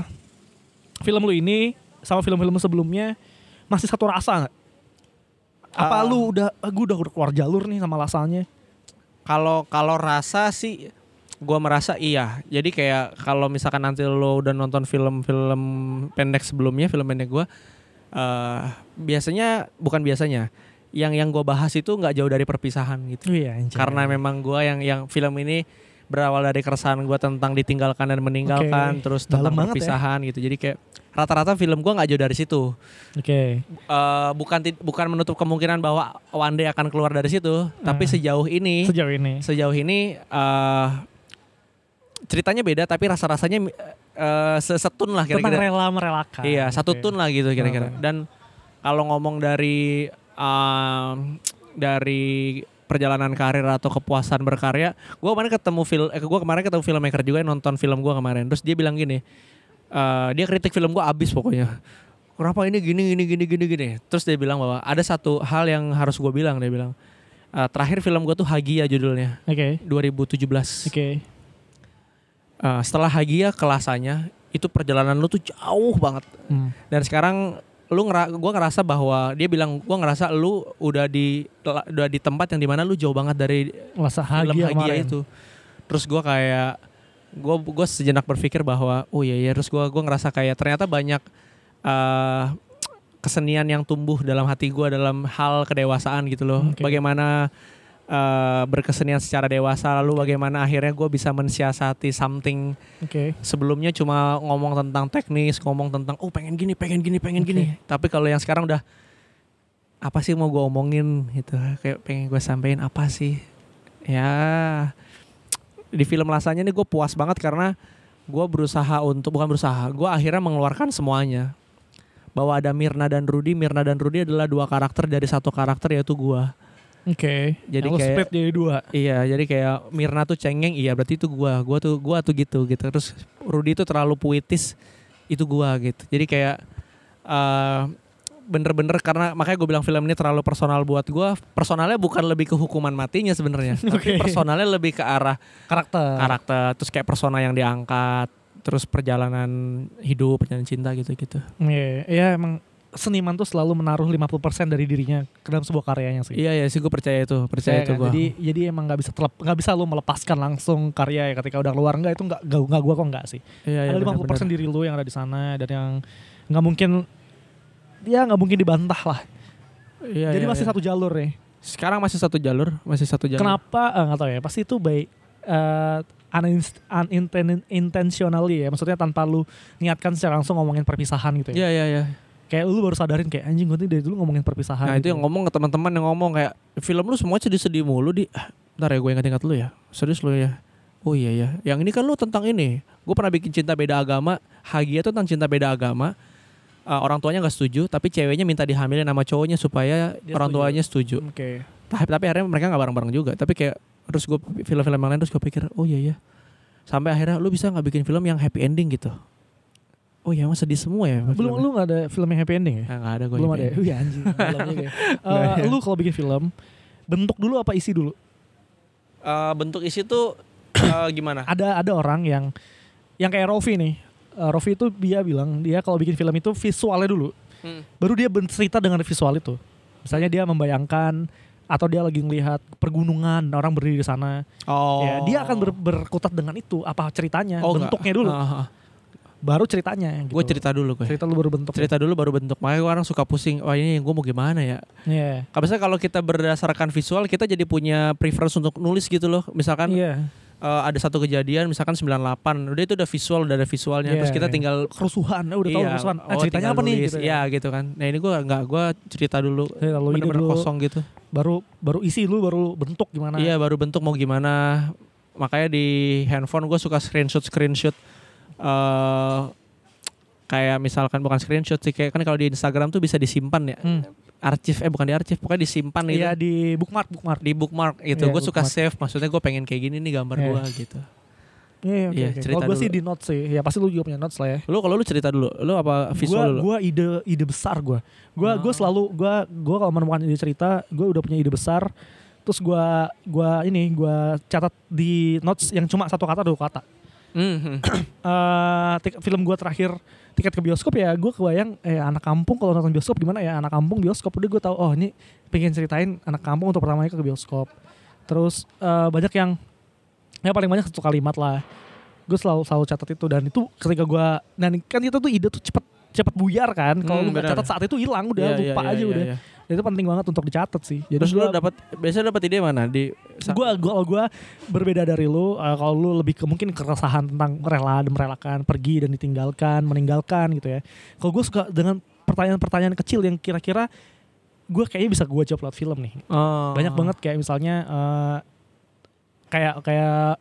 S4: film lu ini sama film-film sebelumnya masih satu rasa nggak? Apa uh, lu udah, gue udah keluar jalur nih sama Lasanya?
S3: Kalau kalau rasa sih, gue merasa iya. Jadi kayak kalau misalkan nanti lo udah nonton film-film pendek sebelumnya, film pendek gue, uh, biasanya bukan biasanya, yang yang gue bahas itu nggak jauh dari perpisahan gitu.
S4: Oh iya,
S3: karena memang gue yang yang film ini berawal dari keresahan gue tentang ditinggalkan dan meninggalkan, okay. terus tentang dalam perpisahan ya. Gitu. Jadi kayak rata-rata film gue nggak jauh dari situ.
S4: Oke. Okay.
S3: Uh, bukan bukan menutup kemungkinan bahwa one day akan keluar dari situ, uh, tapi sejauh ini,
S4: sejauh ini,
S3: sejauh ini uh, ceritanya beda, tapi rasa-rasanya uh, sesetun lah kira-kira.
S4: Tentang rela merelakan.
S3: Iya, satu okay. tun lah gitu kira-kira.
S4: Okay.
S3: Dan kalau ngomong dari uh, dari perjalanan karir atau kepuasan berkarya. Gue kemarin ketemu film, eh, gue kemarin ketemu filmmaker juga yang nonton film gue kemarin. Terus dia bilang gini, uh, dia kritik film gue abis pokoknya. Kenapa ini gini gini gini gini gini. Terus dia bilang bahwa ada satu hal yang harus gue bilang. Dia bilang uh, terakhir film gue tuh Hagia judulnya.
S4: Oke. Okay.
S3: dua ribu tujuh belas.
S4: Oke. Okay.
S3: Uh, setelah Hagia kelasannya itu perjalanan lu tuh jauh banget. Hmm. Dan sekarang lu ngera, gua ngerasa bahwa dia bilang gua ngerasa lu udah di udah di tempat yang dimana lu jauh banget dari
S4: masa
S3: film
S4: Hagia
S3: Hagia itu. Terus gua kayak gua gua sejenak berpikir bahwa oh iya ya terus gua gua ngerasa kayak ternyata banyak uh, kesenian yang tumbuh dalam hati gua dalam hal kedewasaan gitu loh. Okay. Bagaimana Uh, berkesenian secara dewasa, lalu bagaimana akhirnya gue bisa mensiasati something.
S4: Okay.
S3: Sebelumnya cuma ngomong tentang teknis, ngomong tentang oh pengen gini, pengen gini, pengen okay. gini. Tapi kalau yang sekarang udah apa sih mau gue omongin gitu, kayak pengen gue sampein apa sih? Ya di film Lasanya nih gue puas banget karena gue berusaha untuk bukan berusaha, gue akhirnya mengeluarkan semuanya. Bahwa ada Mirna dan Rudy, Mirna dan Rudy adalah dua karakter dari satu karakter yaitu gue.
S4: Oke, okay.
S3: Jadi
S4: yang
S3: kayak
S4: split jadi dua.
S3: Iya, jadi kayak Mirna tuh cengeng, iya berarti itu gua, gua tuh gua tuh gitu gitu. Terus Rudy tuh terlalu puitis, itu gua gitu. Jadi kayak uh, bener-bener karena makanya gue bilang film ini terlalu personal buat gua. Personalnya bukan lebih ke hukuman matinya sebenarnya,
S4: okay.
S3: tapi personalnya lebih ke arah
S4: karakter.
S3: Karakter, terus kayak persona yang diangkat, terus perjalanan hidup, perjalanan cinta gitu-gitu.
S4: Iya, yeah, yeah, emang seniman tuh selalu menaruh lima puluh persen dari dirinya ke dalam sebuah karyanya sih.
S3: Iya ya sih gue percaya itu, percaya itu
S4: kan?
S3: gue.
S4: Jadi jadi emang nggak bisa telep, nggak bisa lu melepaskan langsung karya ya ketika udah keluar, enggak itu nggak nggak gue kok nggak sih.
S3: Iya,
S4: ada lima puluh persen diri lu yang ada di sana dan yang nggak mungkin ya nggak mungkin dibantah lah.
S3: Iya.
S4: Jadi
S3: iya,
S4: masih
S3: iya.
S4: satu jalur ya.
S3: Sekarang masih satu jalur, masih satu jalur.
S4: Kenapa? Nggak uh, tahu ya. Pasti itu baik. Uh, unintentionally ya, maksudnya tanpa lu niatkan secara langsung ngomongin perpisahan gitu ya.
S3: Iya iya iya.
S4: Kayak lu baru sadarin kayak anjing gue tuh dari dulu ngomongin perpisahan.
S3: Nah
S4: gitu.
S3: itu yang ngomong ke teman-teman yang ngomong kayak film lu semua sedih-sedih mulu di. Bentar ya gue ingat-ingat lu ya. Serius lu ya. Oh iya ya. Yang ini kan lu tentang ini. Gue pernah bikin cinta beda agama. Hagia tuh tentang cinta beda agama. Uh, orang tuanya nggak setuju, tapi ceweknya minta dihamilin sama cowoknya supaya dia orang setuju. tuanya setuju.
S4: Oke. Okay.
S3: Tapi tapi akhirnya mereka nggak bareng-bareng juga. Tapi kayak terus gue film-film yang lain terus gue pikir oh iya ya. Sampai akhirnya lu bisa nggak bikin film yang happy ending gitu. Oh iya emang sedih semua ya.
S4: Belum filmnya. Lu gak ada film yang happy ending ya?
S3: Nah, gak ada gue.
S4: Belum ada ya? Wih anjing. uh, lu kalau bikin film, bentuk dulu apa isi dulu?
S3: Uh, bentuk isi tuh uh, gimana?
S4: Ada ada orang yang yang kayak Rofi nih. Uh, Rofi itu dia bilang dia kalau bikin film itu visualnya dulu. Hmm. Baru dia bercerita dengan visual itu. Misalnya dia membayangkan atau dia lagi ngelihat pergunungan orang berdiri di sana.
S3: Oh.
S4: Ya, dia akan ber, berkutat dengan itu apa ceritanya,
S3: oh,
S4: bentuknya
S3: enggak.
S4: dulu.
S3: Uh-huh.
S4: Baru ceritanya gitu.
S3: Gue cerita dulu gue.
S4: Cerita dulu baru bentuk.
S3: Cerita dulu baru bentuk. Makanya orang suka pusing. Wah ini gue mau gimana ya?
S4: Iya. Yeah.
S3: Misalnya kalau kita berdasarkan visual kita jadi punya preference untuk nulis gitu loh. Misalkan
S4: yeah.
S3: uh, ada satu kejadian misalkan sembilan delapan. Udah itu udah visual, udah ada visualnya. Yeah. Terus kita tinggal
S4: kerusuhan. Eh, udah
S3: iya,
S4: tahu kerusuhan. Nah,
S3: oh,
S4: ceritanya apa
S3: nulis.
S4: nih? Gitu,
S3: ya gitu kan. Nah ini gue nggak gue cerita dulu.
S4: Cerita dulu,
S3: bener-bener
S4: dulu.
S3: kosong gitu.
S4: Baru baru isi dulu baru bentuk gimana?
S3: Iya baru bentuk mau gimana. Makanya di handphone gue suka screenshot screenshot. Uh, kayak misalkan bukan screenshot sih, kayak kan kalau di Instagram tuh bisa disimpan ya. Hmm. Arsip eh bukan di arsip, pokoknya disimpan gitu.
S4: Iya di bookmark bookmark.
S3: Di bookmark itu.
S4: Iya,
S3: gue suka save, maksudnya gue pengen kayak gini nih gambar yeah. gue gitu.
S4: Iya, yeah, oke. Okay, okay. Kalau gue sih di notes sih. Ya pasti lu juga punya notes lah ya.
S3: Lu kalau lu cerita dulu, lu apa visual
S4: gua,
S3: dulu?
S4: Gue ide ide besar gue. Gue oh. gue selalu gue gue kalau menemukan ide cerita, gue udah punya ide besar. Terus gue gue ini gue catat di notes yang cuma satu kata dua kata.
S3: Mm-hmm.
S4: uh, tik, film gue terakhir tiket ke bioskop ya gue kebayang eh anak kampung kalau nonton bioskop gimana ya anak kampung bioskop udah gue tahu oh ini pengen ceritain anak kampung untuk pertama kali ke bioskop. Terus uh, banyak yang ya paling banyak satu kalimat lah gue selalu selalu catat itu dan itu ketika gue dan kan itu tuh ide tuh cepet cepet buyar kan kalau hmm, lu nggak catat saat itu hilang udah yeah, lupa yeah, aja yeah, udah yeah. Itu penting banget untuk dicatat sih. Jadi
S3: terus lu dapat biasanya dapat ide mana di
S4: gua gua kalau gua berbeda dari lu uh, kalau lu lebih ke mungkin keresahan tentang rela dan merelakan pergi dan ditinggalkan meninggalkan gitu ya. Kalau gua suka dengan pertanyaan-pertanyaan kecil yang kira-kira gua kayaknya bisa gua jawab lewat film nih. Oh. Banyak banget kayak misalnya uh, kayak kayak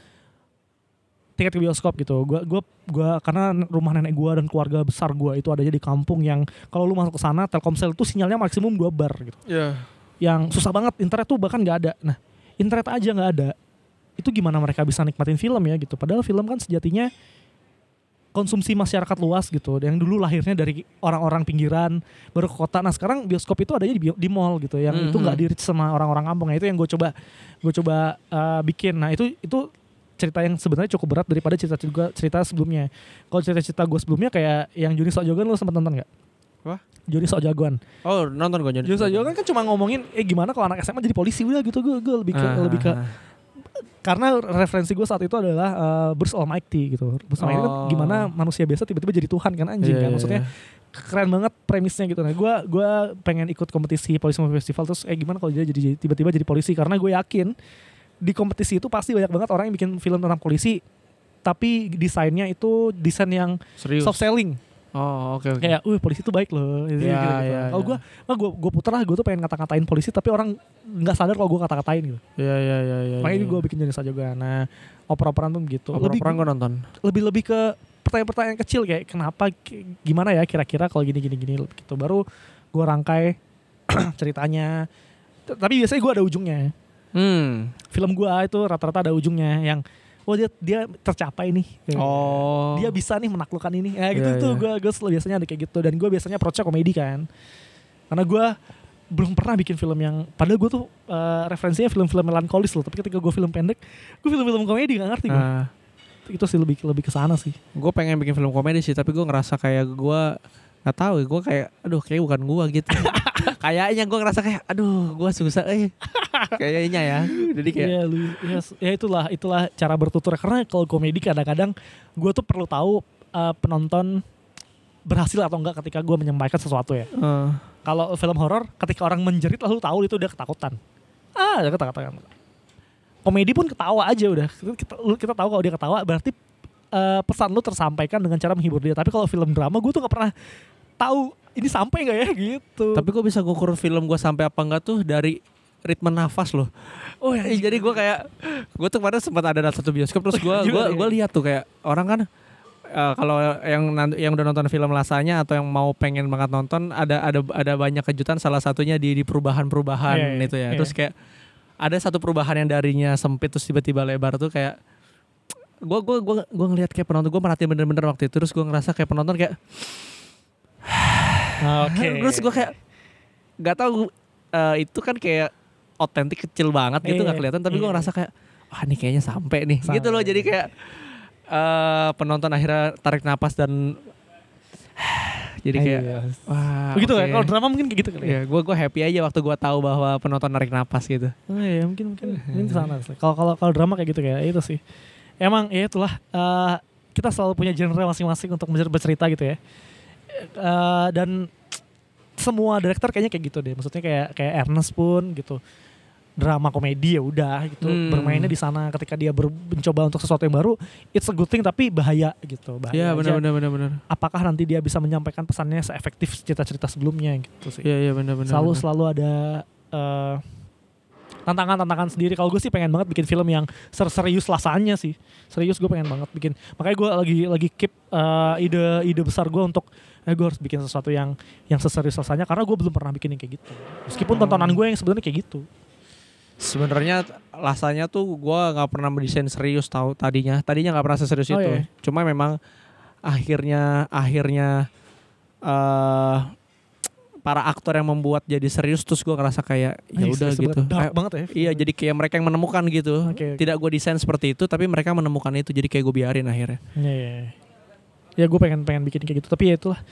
S4: tiket ke bioskop gitu. Gua gua gua karena rumah nenek gua dan keluarga besar gua itu adanya di kampung yang kalau lu masuk ke sana Telkomsel itu sinyalnya maksimum dua bar gitu.
S3: Iya. Yeah.
S4: yang susah banget, internet tuh bahkan nggak ada. Nah, internet aja nggak ada. Itu gimana mereka bisa nikmatin film ya gitu. Padahal film kan sejatinya konsumsi masyarakat luas gitu. Yang dulu lahirnya dari orang-orang pinggiran baru ke kota. Nah, sekarang bioskop itu adanya di, di mall gitu. Yang mm-hmm. itu nggak di-reach sama orang-orang kampung. Nah, itu yang gue coba gue coba uh, bikin. Nah, itu itu cerita yang sebenarnya cukup berat daripada cerita-cerita cerita sebelumnya. Kalau cerita-cerita gue sebelumnya kayak yang Joni Sok Jagoan, lo sempat nonton nggak?
S3: Wah?
S4: Joni Sok Jagoan.
S3: Oh, nonton gue Joni
S4: Sok Jagoan kan cuma ngomongin eh gimana kalau anak S M A jadi polisi udah gitu. Gue gue lebih ke uh, lebih ke karena referensi gue saat itu adalah uh, Bruce Almighty gitu. Bruce Almighty oh. kan gimana manusia biasa tiba-tiba jadi Tuhan kan anjing yeah, kan. Maksudnya yeah. keren banget premisnya gitu. Nah, gue gue pengen ikut kompetisi Polisi Festival terus eh gimana kalau dia jadi tiba-tiba jadi polisi, karena gue yakin di kompetisi itu pasti banyak banget orang yang bikin film tentang polisi tapi desainnya itu desain yang
S3: serius,
S4: soft selling.
S3: Oh oke okay, oke. Okay.
S4: Kayak, uh polisi tuh baik loh. Gitu,
S3: yeah,
S4: gitu.
S3: Yeah,
S4: kalau gue, yeah. gue gue putar lah, gue tuh pengen ngata-ngatain polisi tapi orang nggak sadar kalau gue kata-katain gitu.
S3: Iya iya iya. iya
S4: Makanya
S3: yeah.
S4: gue bikin jenis juga. Nah, opera-operan tuh begitu.
S3: Opera-operan gue nonton.
S4: Lebih-lebih ke pertanyaan-pertanyaan kecil kayak kenapa, gimana ya kira-kira kalau gini-gini-gini gitu. Baru gue rangkai ceritanya. Tapi biasanya gue ada ujungnya.
S3: Hmm.
S4: Film gue itu rata-rata ada ujungnya yang oh dia dia tercapai nih,
S3: oh.
S4: dia bisa nih menaklukkan ini, ya gitu yeah, tuh yeah. gue gue biasanya ada kayak gitu, dan gue biasanya approach-nya komedi kan, karena gue belum pernah bikin film yang, padahal gue tuh uh, referensinya film-film melankolis loh, tapi ketika gue film pendek, gue film-film komedi nggak ngerti gue, uh. itu sih lebih lebih kesana sih.
S3: Gue pengen bikin film komedi sih, tapi gue ngerasa kayak gue nggak tahu, gue kayak, aduh kayak bukan gue gitu. Kayaknya gue ngerasa kayak, aduh gue susah, eh kayaknya ya. Jadi kayak,
S4: ya, lu, ya, ya itulah itulah cara bertutur. Karena kalau komedi kadang-kadang gue tuh perlu tahu uh, penonton berhasil atau enggak ketika gue menyampaikan sesuatu ya. Uh. Kalau film horor, ketika orang menjerit lalu tahu itu udah ketakutan. Ah, udah ketakutan. Komedi pun ketawa aja udah. Kita, kita tahu kalau dia ketawa berarti uh, pesan lu tersampaikan dengan cara menghibur dia. Tapi kalau film drama gue tuh nggak pernah tahu ini sampai nggak ya gitu.
S3: Tapi gue bisa ngukur film gue sampai apa enggak tuh dari ritme nafas loh. Oh ya, jadi gue kayak gue tuh kemarin sempat ada satu bioskop terus gue gue gue lihat tuh kayak orang kan uh, kalau yang yang udah nonton film lasanya atau yang mau pengen banget nonton ada ada ada banyak kejutan, salah satunya di di perubahan-perubahan yeah, itu ya. Yeah. Terus kayak ada satu perubahan yang darinya sempit terus tiba-tiba lebar tuh kayak gue gue gue gue ngelihat kayak penonton, gue merhatiin bener-bener waktu itu, terus gue ngerasa kayak penonton kayak
S4: oke. Okay.
S3: Terus gue kayak nggak tahu uh, itu kan kayak otentik kecil banget gitu nggak e, kelihatan, tapi e. gue ngerasa kayak wah ini kayaknya sampai nih sampai. Gitu loh, jadi kayak uh, penonton akhirnya tarik napas dan jadi kayak
S4: Ayo,
S3: wah
S4: begitu
S3: okay.
S4: kan kalau drama mungkin kayak gitu kali
S3: ya. Gue gue happy aja waktu gue tahu bahwa penonton narik napas gitu.
S4: Oh iya mungkin mungkin mungkin kesana sih. Kalau kalau kalau drama kayak gitu kayak itu sih. Emang ya itulah uh, kita selalu punya genre masing-masing untuk bercerita gitu ya. Uh, dan semua director kayaknya kayak gitu deh. Maksudnya kayak kayak Ernest pun gitu. Drama komedi ya udah gitu. Hmm. Bermainnya di sana ketika dia ber, mencoba untuk sesuatu yang baru, it's a good thing tapi bahaya gitu. Bahaya.
S3: Iya benar benar benar benar.
S4: Apakah nanti dia bisa menyampaikan pesannya seefektif cerita-cerita sebelumnya gitu sih.
S3: Iya iya benar benar.
S4: Selalu
S3: bener.
S4: selalu ada uh, tantangan-tantangan sendiri. Kalau gue sih pengen banget bikin film yang serius lasanya sih. Serius gue pengen banget bikin. Makanya gue lagi lagi keep uh, ide ide besar gue untuk eh gue harus bikin sesuatu yang yang seserius rasanya, karena gue belum pernah bikin yang kayak gitu. Meskipun oh. tontonan gue yang sebenarnya kayak gitu.
S3: Sebenarnya rasanya tuh gue nggak pernah mendesain serius tahu tadinya. Tadinya nggak pernah seserius oh, itu. Iya. Cuma memang akhirnya akhirnya uh, para aktor yang membuat jadi serius, terus gue ngerasa kayak ya udah gitu.
S4: Dark
S3: eh,
S4: banget ya.
S3: Iya, jadi kayak mereka yang menemukan gitu.
S4: Okay, okay.
S3: Tidak gue desain seperti itu, tapi mereka menemukan itu. Jadi kayak gue biarin akhirnya.
S4: Iya. Yeah, yeah. Ya gue pengen pengen bikin kayak gitu, tapi ya itulah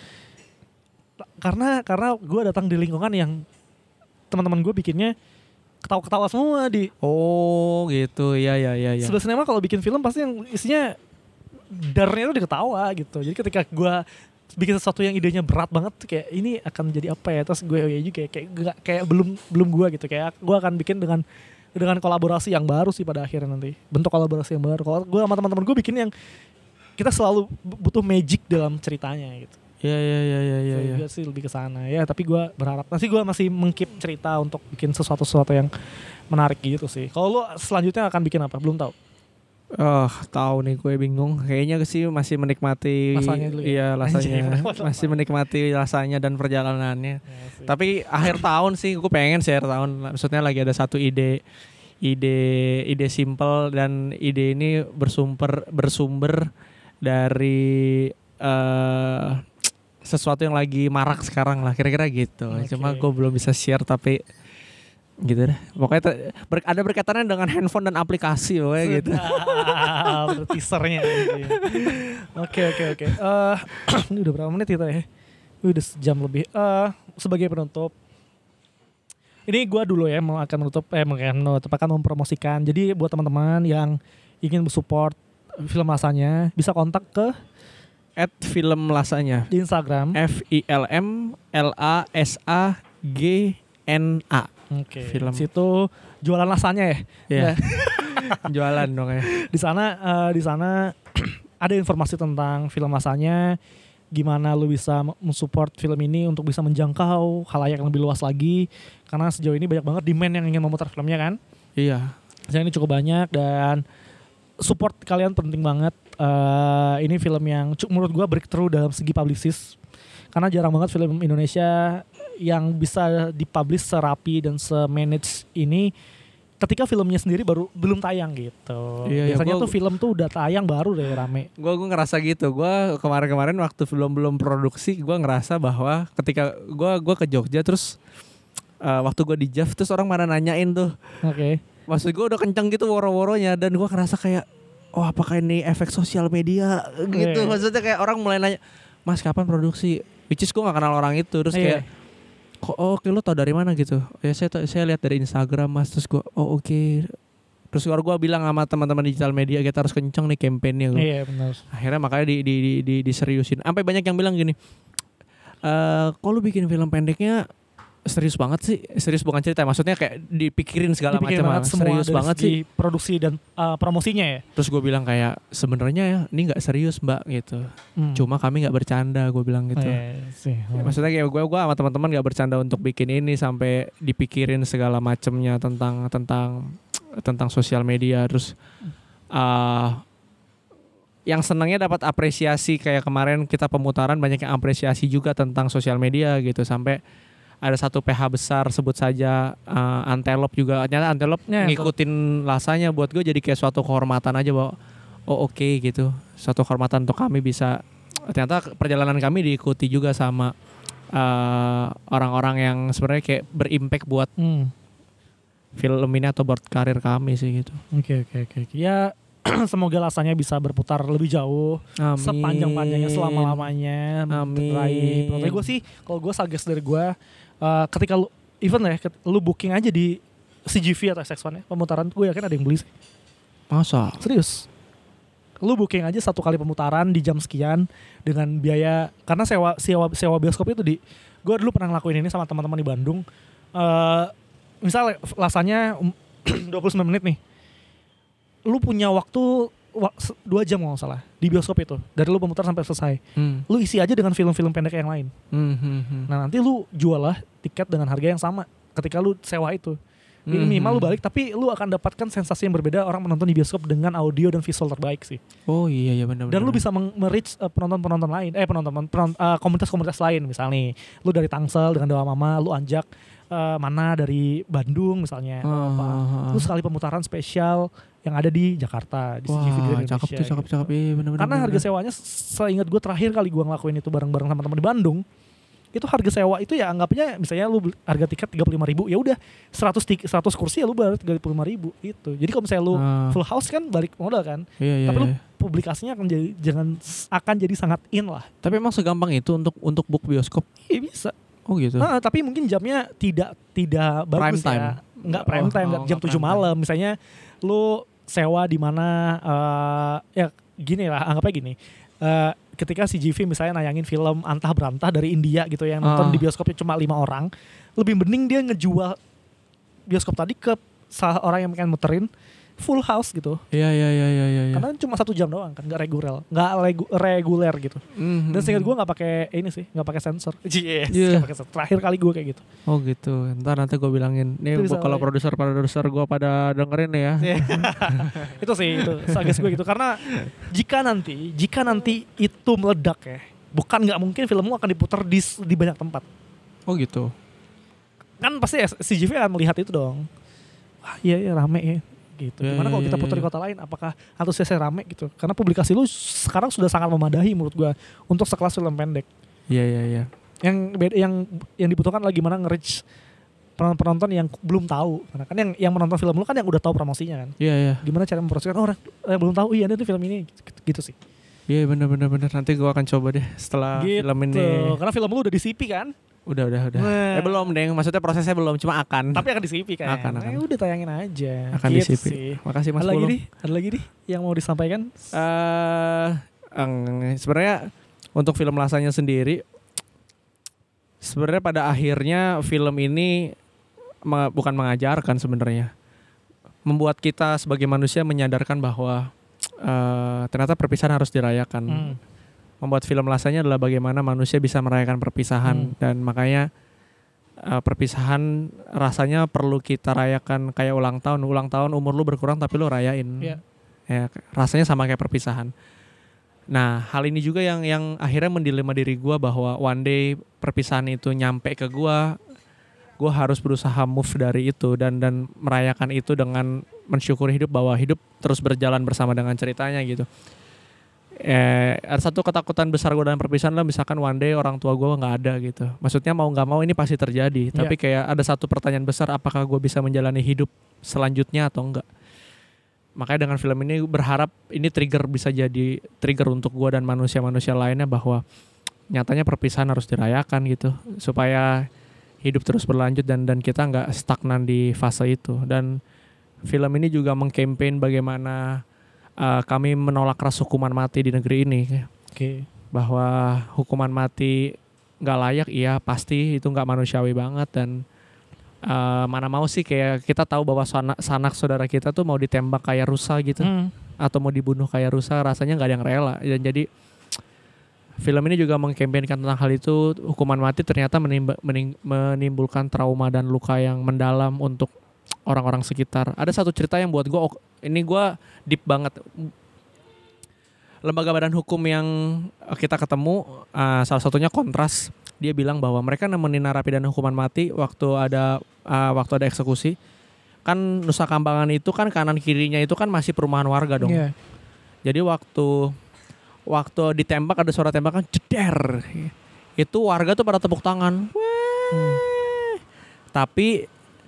S4: karena karena gue datang di lingkungan yang teman-teman gue bikinnya ketawa-ketawa semua di
S3: oh gitu ya ya ya ya.
S4: Sebelah sinema kalau bikin film pasti yang isinya darnya itu diketawa gitu. Jadi ketika gue bikin sesuatu yang idenya berat banget kayak ini akan jadi apa ya, terus gue ya juga kayak kayak, kayak belum belum gue gitu, kayak gue akan bikin dengan dengan kolaborasi yang baru sih pada akhirnya, nanti bentuk kolaborasi yang baru. Kalau gue sama teman-teman gue bikin yang kita selalu butuh magic dalam ceritanya gitu.
S3: Iya iya iya iya iya.
S4: Ya. Gue sih lebih ke sana ya, tapi gue berharap nanti gue masih mengkeep cerita untuk bikin sesuatu-sesuatu yang menarik gitu sih. Kalau lo selanjutnya akan bikin apa? Belum tahu.
S3: Oh, tahu nih gue bingung. Kayaknya sih masih menikmati
S4: Rasanya dulu ya?
S3: iya rasanya.
S4: Anjir,
S3: masih menikmati rasanya dan perjalanannya.
S4: Ya, sih.
S3: Tapi akhir tahun sih gue pengen sih akhir tahun. Maksudnya lagi ada satu ide ide ide simple dan ide ini bersumber bersumber dari uh, sesuatu yang lagi marak sekarang lah kira-kira gitu.
S4: Okay.
S3: Cuma gue belum bisa share tapi gitu deh. Pokoknya ter- ber- ada berkaitannya dengan handphone dan aplikasi pokoknya gitu.
S4: Teasernya. Oke oke oke. Eh, ini udah berapa menit kita ya? Udah sejam lebih. Eh, sebagai penutup, ini gue dulu ya mau akan menutup eh akan menutup akan mempromosikan. Jadi buat teman-teman yang ingin support film Lasanya bisa kontak ke
S3: At film Lasanya
S4: di Instagram.
S3: F I L M L A S A G N A.
S4: Oke.
S3: Film.
S4: Situ jualan Lasanya ya.
S3: Iya.
S4: Nah,
S3: Jualan dong ya.
S4: di sana eh, di sana ada informasi tentang film Lasanya, gimana lu bisa mensupport film ini untuk bisa menjangkau khalayak yang lebih luas lagi, karena sejauh ini banyak banget demand yang ingin memutar filmnya kan.
S3: Iya.
S4: Jadi ini cukup banyak dan support kalian penting banget. Eh, ini film yang cu- menurut gua breakthrough dalam segi publicist, karena jarang banget film Indonesia yang bisa dipublish serapi dan se-manage ini ketika filmnya sendiri baru belum tayang gitu.
S3: Iya,
S4: Biasanya
S3: iya, gua-
S4: tuh film tuh udah tayang baru deh rame.
S3: Gue gue ngerasa gitu. Gue kemarin-kemarin waktu belum belum produksi, gue ngerasa bahwa ketika gue gua ke Jogja terus uh, waktu gue di J A V terus orang mana nanyain tuh.
S4: Oke.
S3: Maksud gue udah kenceng gitu woro-woronya dan gue ngerasa kayak oh apakah ini efek sosial media gitu.
S4: Iya.
S3: Maksudnya kayak orang mulai nanya, "Mas kapan produksi?" Which is gue gak kenal orang itu. Terus
S4: Iya.
S3: kayak kok oh oke, lo tau dari mana gitu? Ya saya tau- saya lihat dari Instagram Mas. Terus gue oh oke. Terus baru gue bilang sama teman-teman digital media kita harus kenceng nih kampanyenya.
S4: Iya benar.
S3: Akhirnya makanya di, di, di, di, diseriusin. Sampai banyak yang bilang gini, eh kok lu bikin film pendeknya serius banget sih? Serius bukan cerita, maksudnya kayak dipikirin segala
S4: Dipikirin
S3: macam.
S4: banget semua
S3: Serius
S4: dari
S3: banget
S4: segi
S3: sih.
S4: produksi dan uh, promosinya ya.
S3: Terus gue bilang kayak sebenarnya ya ini nggak serius mbak gitu.
S4: Hmm.
S3: Cuma kami nggak bercanda, gue bilang gitu.
S4: Iya sih.
S3: Ya, maksudnya kayak gue gue sama teman-teman nggak bercanda untuk bikin ini sampai dipikirin segala macamnya tentang tentang tentang sosial media. Terus uh, yang senangnya dapat apresiasi kayak kemarin kita pemutaran banyak yang apresiasi juga tentang sosial media gitu, sampai ada satu P H besar sebut saja uh, Antelope juga, ternyata Antelope
S4: Ya,
S3: ngikutin Lasanya. Buat gue jadi kayak suatu kehormatan aja bahwa oh oke okay, gitu, suatu kehormatan untuk kami bisa, ternyata perjalanan kami diikuti juga sama uh, orang-orang yang sebenarnya kayak berimpact buat
S4: Hmm.
S3: film ini atau buat karir kami sih gitu.
S4: Oke oke oke. oke. Ya semoga Lasanya bisa berputar lebih jauh,
S3: Amin.
S4: sepanjang-panjangnya, selama-lamanya.
S3: Amin.
S4: Meraih. Menurut gue sih, kalau gue suggest dari gue, uh, ketika lu even ya, ket- lu booking aja di C G V atau X X one ya, pemutaran gue yakin ada yang beli sih.
S3: Masa?
S4: Serius. Lu booking aja satu kali pemutaran di jam sekian dengan biaya, karena sewa sewa sewa bioskop itu di, gue dulu pernah ngelakuin ini sama teman-teman di Bandung. Uh, misalnya Lasanya um, dua puluh sembilan menit nih. Lu punya waktu wa- se- dua jam kalau nggak salah di bioskop itu, dari lu pemutar sampai selesai.
S3: Hmm.
S4: Lu isi aja dengan film-film pendek yang lain.
S3: Hmm, hmm, hmm.
S4: Nah nanti lu jual lah tiket dengan harga yang sama ketika lu sewa itu. Ini
S3: Hmm.
S4: minimal lu balik, tapi lu akan dapatkan sensasi yang berbeda orang menonton di bioskop dengan audio dan visual terbaik sih.
S3: Oh iya iya benar.
S4: Dan lu bisa meng- me-reach uh, penonton-penonton lain, eh penonton, penon- uh, komunitas-komunitas lain misalnya nih. Lu dari Tangsel dengan Dewa Mama, lu anjak uh, mana dari Bandung misalnya. atau apa. Lu sekali pemutaran spesial yang ada di Jakarta, di C G V Grand
S3: Wah, cakep
S4: Indonesia,
S3: tuh, cakep,
S4: gitu.
S3: cakep. Iya, bener, bener,
S4: Karena
S3: bener,
S4: harga
S3: bener.
S4: sewanya seingat gue terakhir kali gue ngelakuin itu bareng-bareng sama teman di Bandung, itu harga sewa itu ya anggapnya misalnya lu beli- harga tiket tiga puluh lima ribu, ya udah seratus tik- seratus kursi ya lu bayar tiga puluh lima ribu gitu. Jadi kalau misalnya lu
S3: Ah,
S4: full house kan balik modal kan.
S3: iya, iya,
S4: Tapi lu
S3: iya.
S4: publikasinya akan jadi jangan akan jadi sangat in lah.
S3: Tapi emang segampang itu untuk untuk book bioskop?
S4: Iya bisa.
S3: Oh gitu.
S4: Nah, tapi mungkin jamnya tidak tidak bagus
S3: Prime time.
S4: ya. Enggak prime
S3: Oh,
S4: time, enggak
S3: oh,
S4: jam
S3: nggak
S4: tujuh
S3: prime time.
S4: malam. Misalnya lu sewa di mana eh ya gini lah, anggapnya gini. Eh, ketika C G V misalnya nayangin film Antah Berantah dari India gitu yang nonton
S3: Ah.
S4: di bioskopnya cuma lima orang, lebih mending dia ngejual bioskop tadi ke salah orang yang pengen muterin full house gitu.
S3: Iya iya iya iya iya.
S4: Karena cuma satu jam doang kan, nggak reguler, nggak regu- reguler gitu.
S3: Mm-hmm.
S4: Dan seingat gue nggak pakai ini sih, nggak pakai sensor. Yes,
S3: Yeah.
S4: nggak pakai sensor. Terakhir kali gue kayak gitu.
S3: Oh gitu. Ntar nanti gue bilangin. Nih
S4: Itu bisa
S3: kalau
S4: apa ya?
S3: produser-produser gue pada dengerin nih ya.
S4: Itu sih itu sagas gue gitu. Karena jika nanti, jika nanti itu meledak ya, bukan nggak mungkin filmmu akan diputar di di banyak tempat.
S3: Oh gitu.
S4: Kan pasti C G V akan melihat itu dong. Wah iya iya rame ya gitu.
S3: Ya,
S4: Gimana
S3: ya,
S4: kalau
S3: ya,
S4: kita putar
S3: ya.
S4: di kota lain, apakah antusiasnya rame gitu? Karena publikasi lu sekarang sudah sangat memadahi menurut gua untuk sekelas film pendek.
S3: Iya iya iya.
S4: Yang beda, yang yang dibutuhkan lagi gimana nge-reach penonton-penonton yang belum tahu. Karena kan yang yang menonton film lu kan yang udah tahu promosinya kan.
S3: Iya iya.
S4: Gimana cara mempromosikan orang yang belum tahu iya ini tuh film ini gitu, gitu sih.
S3: Iya benar benar benar. Nanti gue akan coba deh setelah
S4: Gitu.
S3: film ini.
S4: Karena film lu udah di C P kan?
S3: Udah udah udah.
S4: Nah.
S3: Eh belum deh. Maksudnya prosesnya belum. Cuma akan.
S4: Tapi akan di C P kan?
S3: Akan, akan.
S4: Eh, udah tayangin aja.
S3: Akan di
S4: Gitu
S3: C P.
S4: sih.
S3: Makasih Mas
S4: Ada lagi
S3: Pulung.
S4: nih? Ada lagi nih yang mau disampaikan?
S3: Eh, eng- sebenarnya untuk film Lasanya sendiri, sebenarnya pada akhirnya film ini me- bukan mengajarkan sebenarnya, membuat kita sebagai manusia menyadarkan bahwa eh, ternyata perpisahan harus dirayakan.
S4: Hmm.
S3: Membuat film Lasanya adalah bagaimana manusia bisa merayakan perpisahan
S4: Hmm.
S3: dan makanya eh, perpisahan rasanya perlu kita rayakan kayak ulang tahun. Ulang tahun umur lu berkurang tapi lu rayain.
S4: Iya.
S3: Ya, rasanya sama kayak perpisahan. Nah, hal ini juga yang yang akhirnya mendilema diri gue bahwa one day perpisahan itu nyampe ke gue, gue harus berusaha move dari itu dan dan merayakan itu dengan mensyukuri hidup bahwa hidup terus berjalan bersama dengan ceritanya gitu. Eh, ada satu ketakutan besar gue dalam perpisahan lah, misalkan one day orang tua gue nggak ada gitu. Maksudnya mau nggak mau ini pasti terjadi. Tapi kayak ada satu pertanyaan besar, apakah gue bisa menjalani hidup selanjutnya atau enggak? Makanya dengan film ini berharap ini trigger bisa jadi trigger untuk gue dan manusia-manusia lainnya bahwa nyatanya perpisahan harus dirayakan gitu supaya hidup terus berlanjut dan dan kita nggak stagnan di fase itu. Dan film ini juga mengkampen bagaimana uh, kami menolak keras hukuman mati di negeri ini.
S4: Oke. Okay.
S3: Bahwa hukuman mati nggak layak, iya pasti itu nggak manusiawi banget dan Uh, mana mau sih kayak kita tahu bahwa sanak, sanak saudara kita tuh mau ditembak kayak rusa gitu
S4: Hmm.
S3: atau mau dibunuh kayak rusa, rasanya nggak ada yang rela. Dan jadi film ini juga mengkampanyekan tentang hal itu. Hukuman mati ternyata menimba, mening, menimbulkan trauma dan luka yang mendalam untuk orang-orang sekitar. Ada satu cerita yang buat gue, ini gue deep banget. Lembaga badan hukum yang kita ketemu, uh, salah satunya Kontras. Dia bilang bahwa mereka nemenin narapidana hukuman mati waktu ada uh, waktu ada eksekusi. Kan Nusa Kambangan itu kan kanan kirinya itu kan masih perumahan warga dong.
S4: Yeah.
S3: Jadi waktu waktu ditembak ada suara tembakan jeder. Itu warga tuh pada tepuk tangan. Hmm. Tapi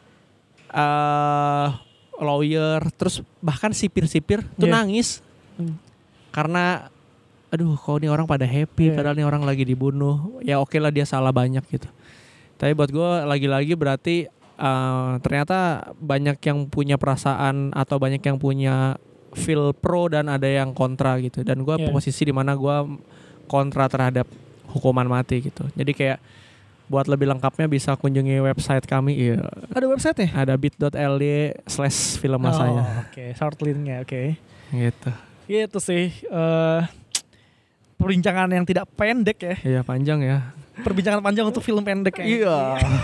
S3: uh, lawyer terus bahkan sipir-sipir tuh
S4: Yeah.
S3: nangis.
S4: Hmm.
S3: Karena aduh kok ini orang pada happy yeah. Padahal ini orang lagi dibunuh. Ya oke lah dia salah banyak gitu. Tapi buat gue lagi-lagi berarti uh, ternyata banyak yang punya perasaan atau banyak yang punya feel pro dan ada yang kontra gitu. Dan gue
S4: yeah.
S3: posisi di mana gue kontra terhadap hukuman mati gitu. Jadi kayak buat lebih lengkapnya bisa kunjungi website kami. Iya.
S4: Ada website-nya?
S3: Ada bit.ly slash film
S4: Oh,
S3: masanya.
S4: oke. Okay. Short link-nya, oke. Okay.
S3: Gitu.
S4: Gitu sih. Uh, perbincangan yang tidak pendek ya.
S3: Iya panjang ya.
S4: Perbincangan panjang untuk film pendek ya.
S3: Iya.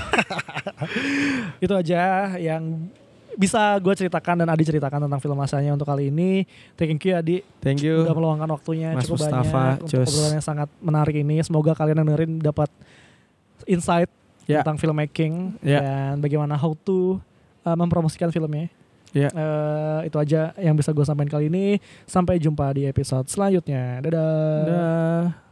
S4: Itu aja yang bisa gue ceritakan dan Adi ceritakan tentang film masanya untuk kali ini. Thank you Adi.
S3: Thank you.
S4: Udah meluangkan waktunya
S3: Mas
S4: cukup
S3: Mustafa,
S4: banyak untuk
S3: cus.
S4: obrolan yang sangat menarik ini. Semoga kalian yang dengerin dapat insight
S3: Ya.
S4: tentang filmmaking
S3: Ya.
S4: dan bagaimana how to uh, mempromosikan filmnya.
S3: Ya.
S4: Uh, itu aja yang bisa gue sampaikan kali ini. Sampai jumpa di episode selanjutnya. Dadah.
S3: Dah.